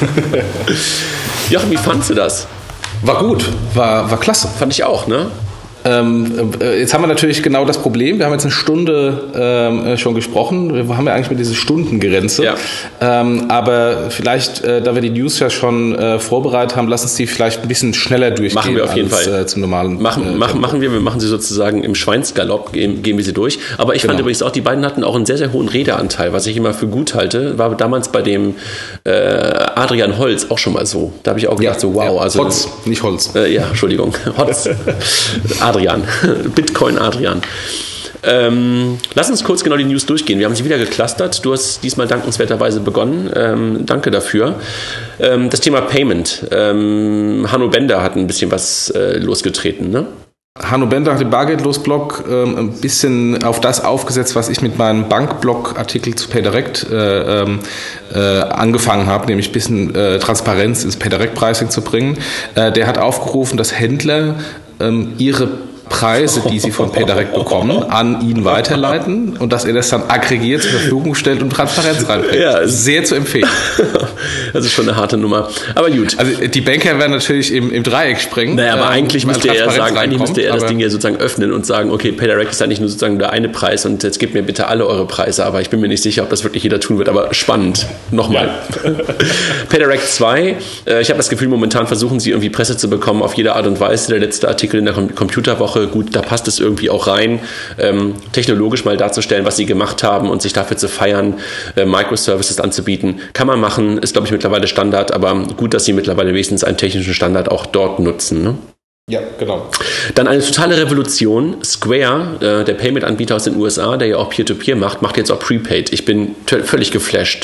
Jochen, wie fandst du das? War gut, war klasse. Fand ich auch, ne? Jetzt haben wir natürlich genau das Problem. Wir haben jetzt eine Stunde schon gesprochen. Wir haben ja eigentlich mit dieser Stundengrenze. Ja. Aber vielleicht, da wir die News ja schon vorbereitet haben, lass uns die vielleicht ein bisschen schneller durchgehen. Machen wir auf jeden Fall. Zum normalen. Wir machen sie sozusagen im Schweinsgalopp, gehen wir sie durch. Aber ich fand übrigens auch, die beiden hatten auch einen sehr, sehr hohen Redeanteil, was ich immer für gut halte. War damals bei dem Adrian Holz auch schon mal so. Da habe ich auch gedacht, so wow. Ja. Also, Hotz, nicht Holz. Entschuldigung. Hotz. Adrian. Bitcoin Adrian. Lass uns kurz genau die News durchgehen. Wir haben sie wieder geclustert. Du hast diesmal dankenswerterweise begonnen. Danke dafür. Das Thema Payment. Hanno Bender hat ein bisschen was losgetreten, ne? Hanno Bender hat den Bargeldlos-Blog ein bisschen auf das aufgesetzt, was ich mit meinem Bankblog-Artikel zu PayDirect angefangen habe, nämlich ein bisschen Transparenz ins PayDirect-Pricing zu bringen. Der hat aufgerufen, dass Händler ihre Preise, die sie von PayDirect bekommen, an ihn weiterleiten und dass er das dann aggregiert zur Verfügung stellt und Transparenz reinbringt. Ja, sehr zu empfehlen. Das ist schon eine harte Nummer. Aber gut. Also die Banker werden natürlich im Dreieck springen. Naja, aber eigentlich müsste er sagen, das Ding ja sozusagen öffnen und sagen, okay, PayDirect ist ja nicht nur sozusagen der eine Preis und jetzt gebt mir bitte alle eure Preise, aber ich bin mir nicht sicher, ob das wirklich jeder tun wird, aber spannend. Nochmal. Ja. PayDirect 2, ich habe das Gefühl, momentan versuchen sie irgendwie Presse zu bekommen auf jede Art und Weise. Der letzte Artikel in der Computerwoche, gut, da passt es irgendwie auch rein, technologisch mal darzustellen, was sie gemacht haben und sich dafür zu feiern, Microservices anzubieten. Kann man machen, ist, glaube ich, mittlerweile Standard, aber gut, dass sie mittlerweile wenigstens einen technischen Standard auch dort nutzen. Ne? Ja, genau. Dann eine totale Revolution. Square, der Payment-Anbieter aus den USA, der ja auch Peer-to-Peer macht jetzt auch Prepaid. Ich bin völlig geflasht.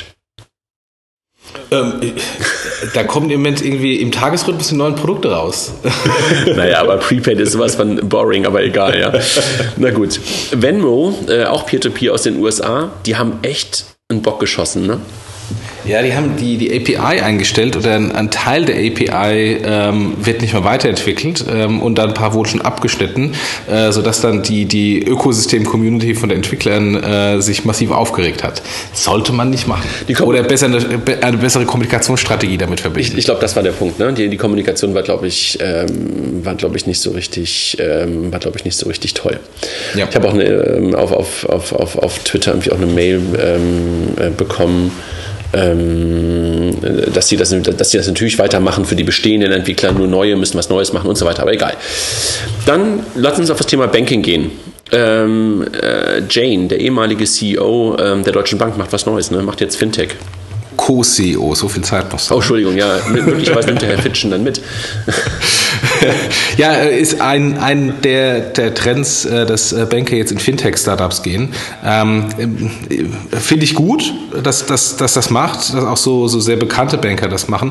Da kommen im Moment irgendwie im Tagesrhythmus die neuen Produkte raus. Naja, aber Prepaid ist sowas von boring, aber egal, ja. Na gut. Venmo, auch Peer-to-Peer aus den USA, die haben echt einen Bock geschossen, ne? Ja, die haben die API eingestellt oder ein Teil der API wird nicht mehr weiterentwickelt und dann ein paar wurde schon abgeschnitten, sodass dann die Ökosystem-Community von den Entwicklern sich massiv aufgeregt hat. Sollte man nicht machen. Oder besser eine bessere Kommunikationsstrategie damit verbinden. Ich glaube, das war der Punkt. Ne? Die Kommunikation war, glaube ich, nicht so richtig toll. Ja. Ich habe auch auf Twitter irgendwie auch eine Mail bekommen, dass sie das natürlich weitermachen für die bestehenden Entwickler, nur neue müssen was Neues machen und so weiter, aber egal. Dann lass uns auf das Thema Banking gehen. Jane, der ehemalige CEO der Deutschen Bank, macht was Neues, ne? Macht jetzt Fintech. Co-CEO, so viel Zeit noch. Oh, Entschuldigung, ja, möglicherweise nimmt der Herr Fitschen dann mit. Ja, ist ein der Trends, dass Banker jetzt in Fintech-Startups gehen. Finde ich gut, dass das macht, dass auch so sehr bekannte Banker das machen.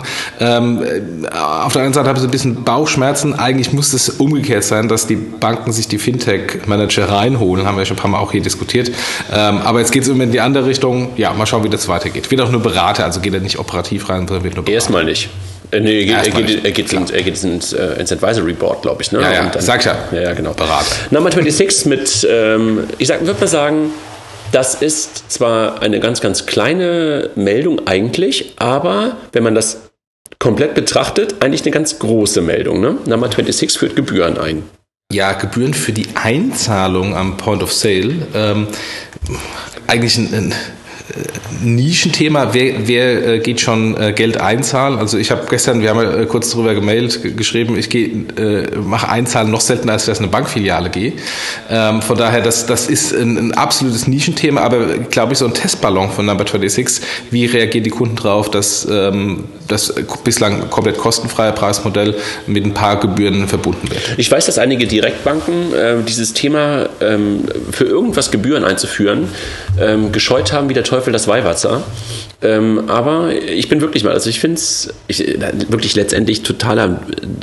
Auf der anderen Seite habe ich so ein bisschen Bauchschmerzen. Eigentlich muss es umgekehrt sein, dass die Banken sich die Fintech-Manager reinholen. Haben wir schon ein paar Mal auch hier diskutiert. Aber jetzt geht es immer in die andere Richtung. Ja, mal schauen, wie das weitergeht. Wird auch nur Berater, also geht er nicht operativ rein, sondern wird nur Berater. Erstmal nicht. Nee, er geht ins Advisory Board, glaube ich. Ne? Ja, und dann, sag ja. Ja, genau. Berater. Number 26 mit, würde mal sagen, das ist zwar eine ganz, ganz kleine Meldung eigentlich, aber wenn man das komplett betrachtet, eigentlich eine ganz große Meldung. Ne? Number 26 führt Gebühren ein. Ja, Gebühren für die Einzahlung am Point of Sale. Eigentlich ein Nischenthema, wer geht schon Geld einzahlen? Also ich habe gestern, wir haben ja kurz darüber geschrieben, ich mache Einzahlen noch seltener, als ich das in eine Bankfiliale gehe. Von daher, das ist ein absolutes Nischenthema, aber glaube ich so ein Testballon von Number 26. Wie reagieren die Kunden drauf, dass das bislang komplett kostenfreie Preismodell mit ein paar Gebühren verbunden wird? Ich weiß, dass einige Direktbanken dieses Thema für irgendwas Gebühren einzuführen gescheut haben, wie der Teufel das Weihwasser. Aber ich bin wirklich mal, also ich finde es wirklich letztendlich totaler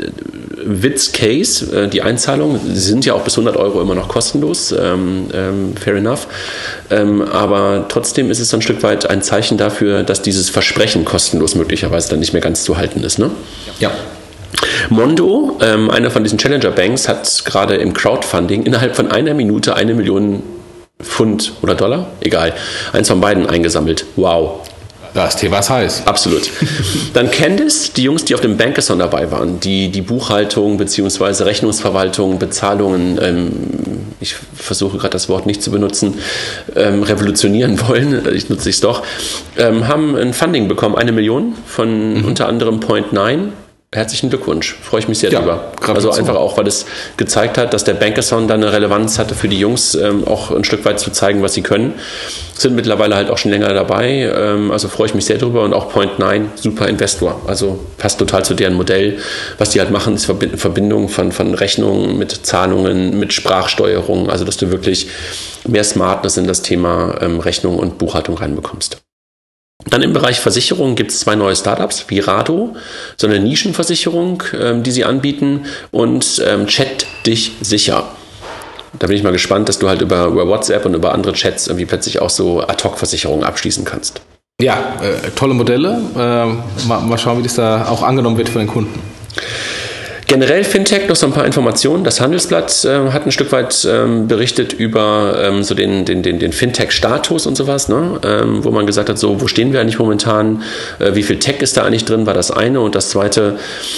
Witz-Case. Die Einzahlungen sind ja auch bis 100 € immer noch kostenlos, fair enough. Aber trotzdem ist es so ein Stück weit ein Zeichen dafür, dass dieses Versprechen kostenlos möglicherweise dann nicht mehr ganz zu halten ist. Ne? Ja. Mondo, einer von diesen Challenger Banks, hat gerade im Crowdfunding innerhalb von einer Minute 1 Million Pfund oder Dollar, egal, eins von beiden eingesammelt. Wow. Das Thema ist heiß. Absolut. Dann Candice, die Jungs, die auf dem Bankathon dabei waren, die Buchhaltung bzw. Rechnungsverwaltung, Bezahlungen, ich versuche gerade das Wort nicht zu benutzen, revolutionieren wollen, ich nutze es doch, haben ein Funding bekommen, 1 Million von unter anderem Point9. Herzlichen Glückwunsch, freue ich mich sehr drüber. Also einfach auch, weil es gezeigt hat, dass der Bankathon da eine Relevanz hatte für die Jungs, auch ein Stück weit zu zeigen, was sie können. Sind mittlerweile halt auch schon länger dabei, also freue ich mich sehr drüber. Und auch Point9, super Investor, also passt total zu deren Modell. Was die halt machen, ist Verbindung von Rechnungen mit Zahlungen, mit Sprachsteuerung, also dass du wirklich mehr Smartness in das Thema Rechnung und Buchhaltung reinbekommst. Dann im Bereich Versicherung gibt es 2 neue Startups, Virado, so eine Nischenversicherung, die sie anbieten, und Chat dich sicher. Da bin ich mal gespannt, dass du halt über WhatsApp und über andere Chats irgendwie plötzlich auch so Ad-Hoc-Versicherungen abschließen kannst. Ja, tolle Modelle. Mal schauen, wie das da auch angenommen wird von den Kunden. Generell Fintech, noch so ein paar Informationen. Das Handelsblatt hat ein Stück weit berichtet über so den Fintech-Status und sowas, ne? Wo man gesagt hat, so, wo stehen wir eigentlich momentan, wie viel Tech ist da eigentlich drin, war das eine. Und das zweite,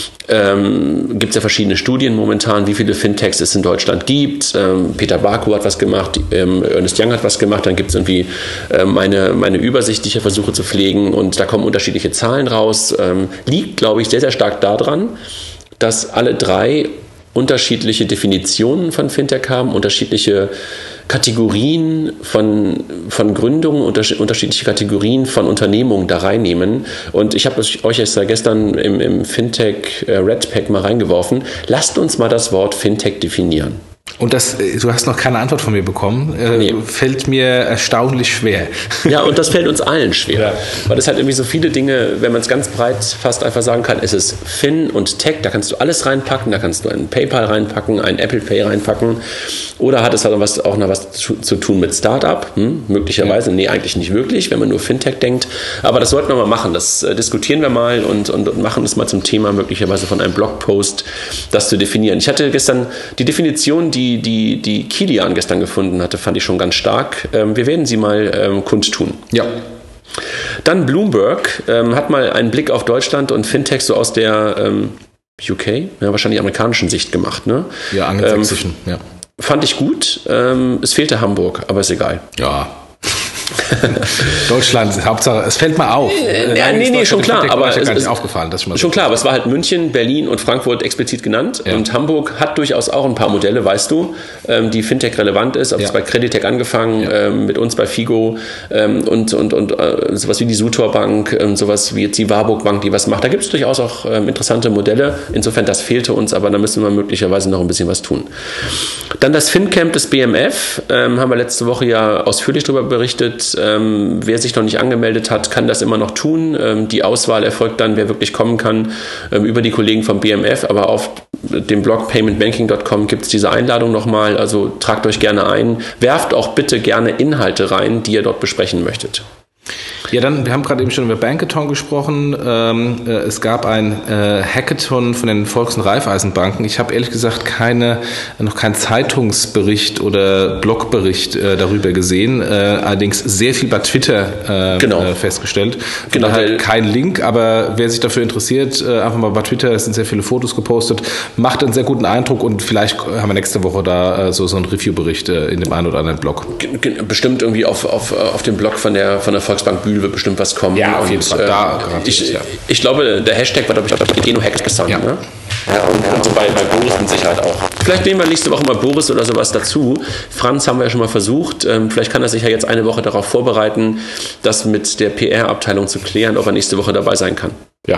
gibt es ja verschiedene Studien momentan, wie viele Fintechs es in Deutschland gibt. Peter Barkow hat was gemacht, Ernst Young hat was gemacht, dann gibt es irgendwie meine Übersicht, die ich ja versuche zu pflegen, und da kommen unterschiedliche Zahlen raus. Liegt, glaube ich, sehr, sehr stark daran, dass alle 3 unterschiedliche Definitionen von Fintech haben, unterschiedliche Kategorien von Gründungen, unterschiedliche Kategorien von Unternehmungen da reinnehmen. Und ich habe euch jetzt da gestern im Fintech Red Pack mal reingeworfen. Lasst uns mal das Wort Fintech definieren. Und du hast noch keine Antwort von mir bekommen. Nee. Fällt mir erstaunlich schwer. Ja, und das fällt uns allen schwer. Ja. Weil es halt irgendwie so viele Dinge, wenn man es ganz breit fast einfach sagen kann, es ist Fin und Tech, da kannst du alles reinpacken, da kannst du ein PayPal reinpacken, ein Apple Pay reinpacken. Oder hat es halt auch noch was zu tun mit Startup? Möglicherweise, nee, eigentlich nicht wirklich, wenn man nur Fintech denkt. Aber das sollten wir mal machen, das diskutieren wir mal und machen es mal zum Thema, möglicherweise von einem Blogpost, das zu definieren. Ich hatte gestern die Definition, die Kilian gestern gefunden hatte, fand ich schon ganz stark. Wir werden sie mal kundtun. Ja. Dann Bloomberg hat mal einen Blick auf Deutschland und Fintech so aus der UK, ja, wahrscheinlich amerikanischen Sicht gemacht. Ne? Ja, angelsächsischen, ja. Fand ich gut. Es fehlte Hamburg, aber ist egal. Ja. Deutschland, Hauptsache, es fällt mal auf. Nee, schon klar. Aber ist ja gar nicht aufgefallen. Das schon klar, aber es war halt München, Berlin und Frankfurt explizit genannt. Ja. Und Hamburg hat durchaus auch ein paar Modelle, weißt du, die Fintech relevant ist. Ob es bei Creditec angefangen, mit uns bei Figo und sowas wie die Sutor Bank, sowas wie jetzt die Warburg Bank, die was macht. Da gibt es durchaus auch interessante Modelle. Insofern, das fehlte uns, aber da müssen wir möglicherweise noch ein bisschen was tun. Dann das FinCamp des BMF, haben wir letzte Woche ja ausführlich darüber berichtet. Wer sich noch nicht angemeldet hat, kann das immer noch tun. Die Auswahl erfolgt dann, wer wirklich kommen kann, über die Kollegen vom BMF. Aber auf dem Blog paymentbanking.com gibt es diese Einladung nochmal. Also tragt euch gerne ein. Werft auch bitte gerne Inhalte rein, die ihr dort besprechen möchtet. Ja, dann, wir haben gerade eben schon über Bankathon gesprochen. Es gab ein Hackathon von den Volks- und Raiffeisenbanken. Ich habe ehrlich gesagt noch keinen Zeitungsbericht oder Blogbericht darüber gesehen. Allerdings sehr viel bei Twitter festgestellt. Genau, halt kein Link, aber wer sich dafür interessiert, einfach mal bei Twitter, es sind sehr viele Fotos gepostet, macht einen sehr guten Eindruck, und vielleicht haben wir nächste Woche da so einen Review-Bericht in dem einen oder anderen Blog. Bestimmt irgendwie auf dem Blog von der Volksbank Bühl wird bestimmt was kommen. Ja, auf jeden Fall. Ich glaube, der Hashtag war, glaube ich, Geno-Hackathon. Ja. Ne? Ja, und bei Boris mit Sicherheit auch. Vielleicht nehmen wir nächste Woche mal Boris oder sowas dazu. Franz haben wir ja schon mal versucht. Vielleicht kann er sich ja jetzt eine Woche darauf vorbereiten, das mit der PR-Abteilung zu klären, ob er nächste Woche dabei sein kann. Ja.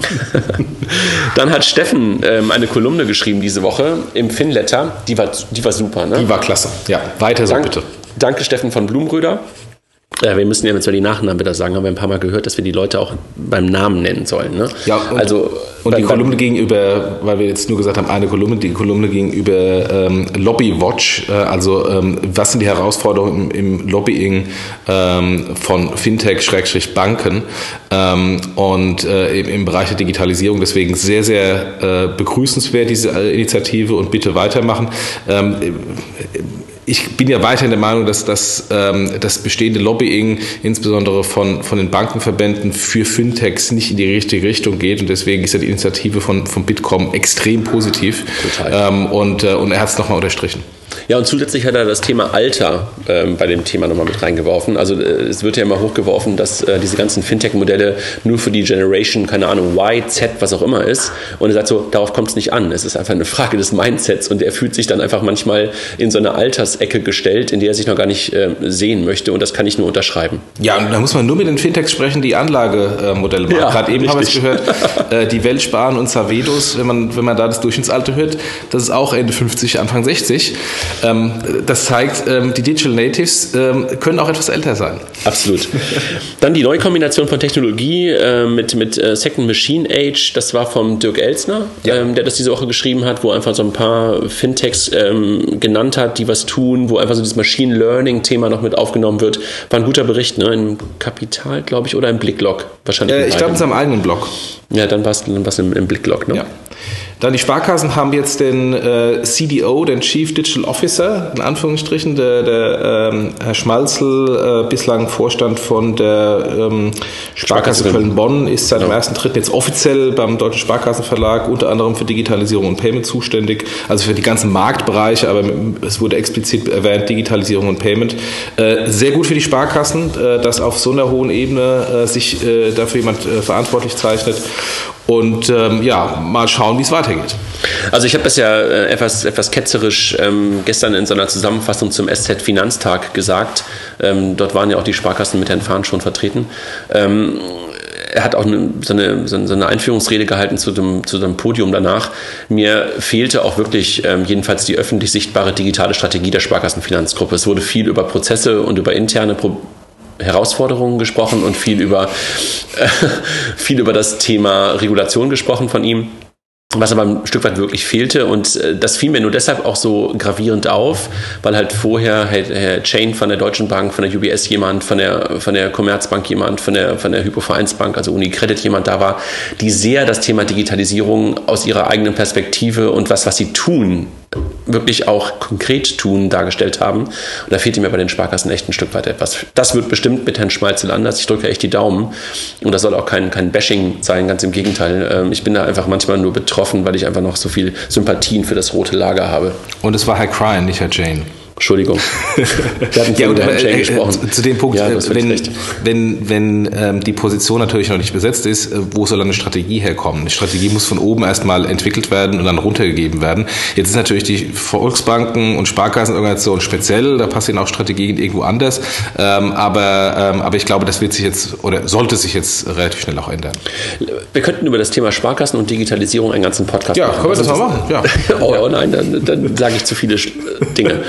Dann hat Steffen eine Kolumne geschrieben diese Woche im Finletter. Die war super, ne? Die war klasse. Ja, weiter so bitte. Danke, Steffen von Blumröder. Wir müssen ja jetzt mal die Nachnamen wieder sagen, haben wir ein paar Mal gehört, dass wir die Leute auch beim Namen nennen sollen. Ne? Ja, und die Kolumne gegenüber, weil wir jetzt nur gesagt haben, die Kolumne gegenüber Lobbywatch, was sind die Herausforderungen im Lobbying von Fintech-Banken und im Bereich der Digitalisierung. Deswegen sehr, sehr begrüßenswert diese Initiative und bitte weitermachen. ich bin ja weiterhin der Meinung, dass das bestehende Lobbying, insbesondere von den Bankenverbänden für Fintechs, nicht in die richtige Richtung geht. Und deswegen ist ja die Initiative von Bitkom extrem positiv. Total. Und er hat es nochmal unterstrichen. Ja, und zusätzlich hat er das Thema Alter bei dem Thema nochmal mit reingeworfen. Also es wird ja immer hochgeworfen, dass diese ganzen Fintech-Modelle nur für die Generation, keine Ahnung, Y, Z, was auch immer ist. Und er sagt so, darauf kommt es nicht an. Es ist einfach eine Frage des Mindsets. Und er fühlt sich dann einfach manchmal in so eine Altersecke gestellt, in der er sich noch gar nicht sehen möchte. Und das kann ich nur unterschreiben. Ja, und da muss man nur mit den Fintechs sprechen, die Anlagemodelle machen. Ja, gerade eben haben wir es richtig. gehört, die Weltsparen und Savedos, wenn man da das Durchschnittsalter hört, das ist auch Ende 50, Anfang 60. Das zeigt, die Digital Natives können auch etwas älter sein. Absolut. Dann die neue Kombination von Technologie mit Second Machine Age, das war vom Dirk Elsner, der das diese Woche geschrieben hat, wo einfach so ein paar Fintechs genannt hat, die was tun, wo einfach so dieses Machine Learning-Thema noch mit aufgenommen wird. War ein guter Bericht, ne? Im Kapital, glaube ich, oder im Blicklog. Wahrscheinlich. Ich glaube, in seinem eigenen Blog. Ja, dann war es im Blicklog, ne? Ja. Dann die Sparkassen haben jetzt den CDO, den Chief Digital Officer, in Anführungsstrichen, der Herr Schmalzl, bislang Vorstand von der Sparkasse Köln-Bonn, ist seit dem 1.3. jetzt offiziell beim Deutschen Sparkassenverlag unter anderem für Digitalisierung und Payment zuständig, also für die ganzen Marktbereiche, aber es wurde explizit erwähnt, Digitalisierung und Payment. Sehr gut für die Sparkassen, dass auf so einer hohen Ebene sich dafür jemand verantwortlich zeichnet. Und mal schauen, wie es weitergeht. Also ich habe das ja etwas ketzerisch gestern in so einer Zusammenfassung zum SZ Finanztag gesagt. Dort waren ja auch die Sparkassen mit Herrn Fahn schon vertreten. Er hat auch so eine Einführungsrede gehalten zu dem Podium danach. Mir fehlte auch wirklich jedenfalls die öffentlich sichtbare digitale Strategie der Sparkassenfinanzgruppe. Es wurde viel über Prozesse und über interne Herausforderungen gesprochen und viel über das Thema Regulation gesprochen von ihm, was aber ein Stück weit wirklich fehlte. Und das fiel mir nur deshalb auch so gravierend auf, weil halt vorher Herr Chain von der Deutschen Bank, von der UBS jemand, von der Commerzbank jemand, von der Hypo-Vereinsbank, also UniCredit jemand da war, die sehr das Thema Digitalisierung aus ihrer eigenen Perspektive und was sie tun, wirklich auch konkret tun, dargestellt haben. Und da fehlte mir bei den Sparkassen echt ein Stück weit etwas. Das wird bestimmt mit Herrn Schmalzl anders. Ich drücke echt die Daumen. Und das soll auch kein Bashing sein, ganz im Gegenteil. Ich bin da einfach manchmal nur betroffen, weil ich einfach noch so viel Sympathien für das rote Lager habe. Und es war Herr Cryan, nicht Herr Jane. Entschuldigung. Wir hatten Ja, und Herrn Jane gesprochen. zu dem Punkt, ja, wenn die Position natürlich noch nicht besetzt ist, wo soll eine Strategie herkommen? Die Strategie muss von oben erstmal entwickelt werden und dann runtergegeben werden. Jetzt ist natürlich die Volksbanken- und Sparkassenorganisation speziell, da passieren auch Strategien irgendwo anders, aber ich glaube, das wird sich jetzt oder sollte sich jetzt relativ schnell auch ändern. Wir könnten über das Thema Sparkassen und Digitalisierung einen ganzen Podcast machen. Ja, können wir das mal machen? Ja. Oh nein, dann sage ich zu viele Dinge.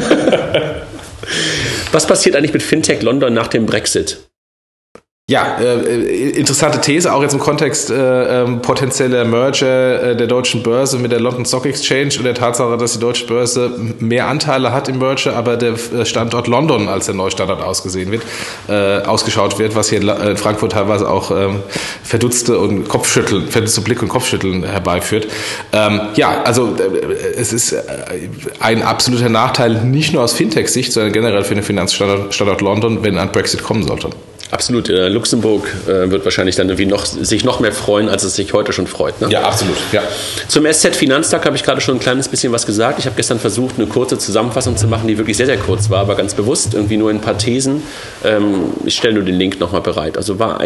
Was passiert eigentlich mit Fintech London nach dem Brexit? Ja, interessante These, auch jetzt im Kontext potenzieller Merger der deutschen Börse mit der London Stock Exchange und der Tatsache, dass die deutsche Börse mehr Anteile hat im Merger, aber der Standort London als der neue Standort ausgeschaut wird, was hier in Frankfurt teilweise auch verdutzte Blick und Kopfschütteln herbeiführt. Also es ist ein absoluter Nachteil, nicht nur aus Fintech-Sicht, sondern generell für den Finanzstandort London, wenn ein Brexit kommen sollte. Absolut. Luxemburg wird wahrscheinlich dann irgendwie sich noch mehr freuen, als es sich heute schon freut. Ne? Ja, absolut. Ja. Zum SZ Finanztag habe ich gerade schon ein kleines bisschen was gesagt. Ich habe gestern versucht, eine kurze Zusammenfassung zu machen, die wirklich sehr, sehr kurz war, aber ganz bewusst, irgendwie nur in ein paar Thesen. Ich stelle nur den Link nochmal bereit. Also war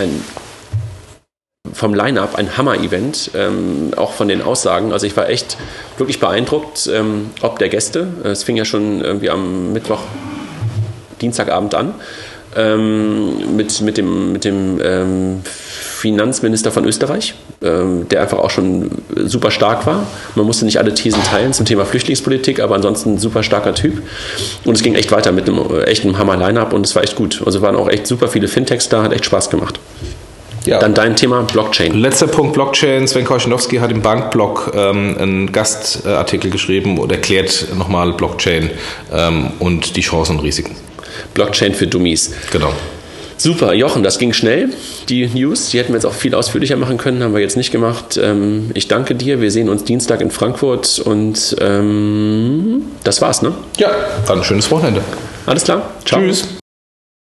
vom Line-Up ein Hammer-Event, auch von den Aussagen. Also ich war echt wirklich beeindruckt, ob der Gäste. Es fing ja schon irgendwie am Dienstagabend an. Mit dem Finanzminister von Österreich, der einfach auch schon super stark war. Man musste nicht alle Thesen teilen zum Thema Flüchtlingspolitik, aber ansonsten ein super starker Typ. Und es ging echt weiter mit einem echten Hammer-Line-Up und es war echt gut. Also waren auch echt super viele Fintechs da, hat echt Spaß gemacht. Ja. Dann dein Thema Blockchain. Letzter Punkt Blockchain. Sven Korchinowski hat im Bankblog einen Gastartikel geschrieben und erklärt nochmal Blockchain und die Chancen und Risiken. Blockchain für Dummies. Genau. Super, Jochen, das ging schnell. Die News, die hätten wir jetzt auch viel ausführlicher machen können, haben wir jetzt nicht gemacht. Ich danke dir. Wir sehen uns Dienstag in Frankfurt und das war's, ne? Ja, dann ein schönes Wochenende. Alles klar. Ciao. Tschüss.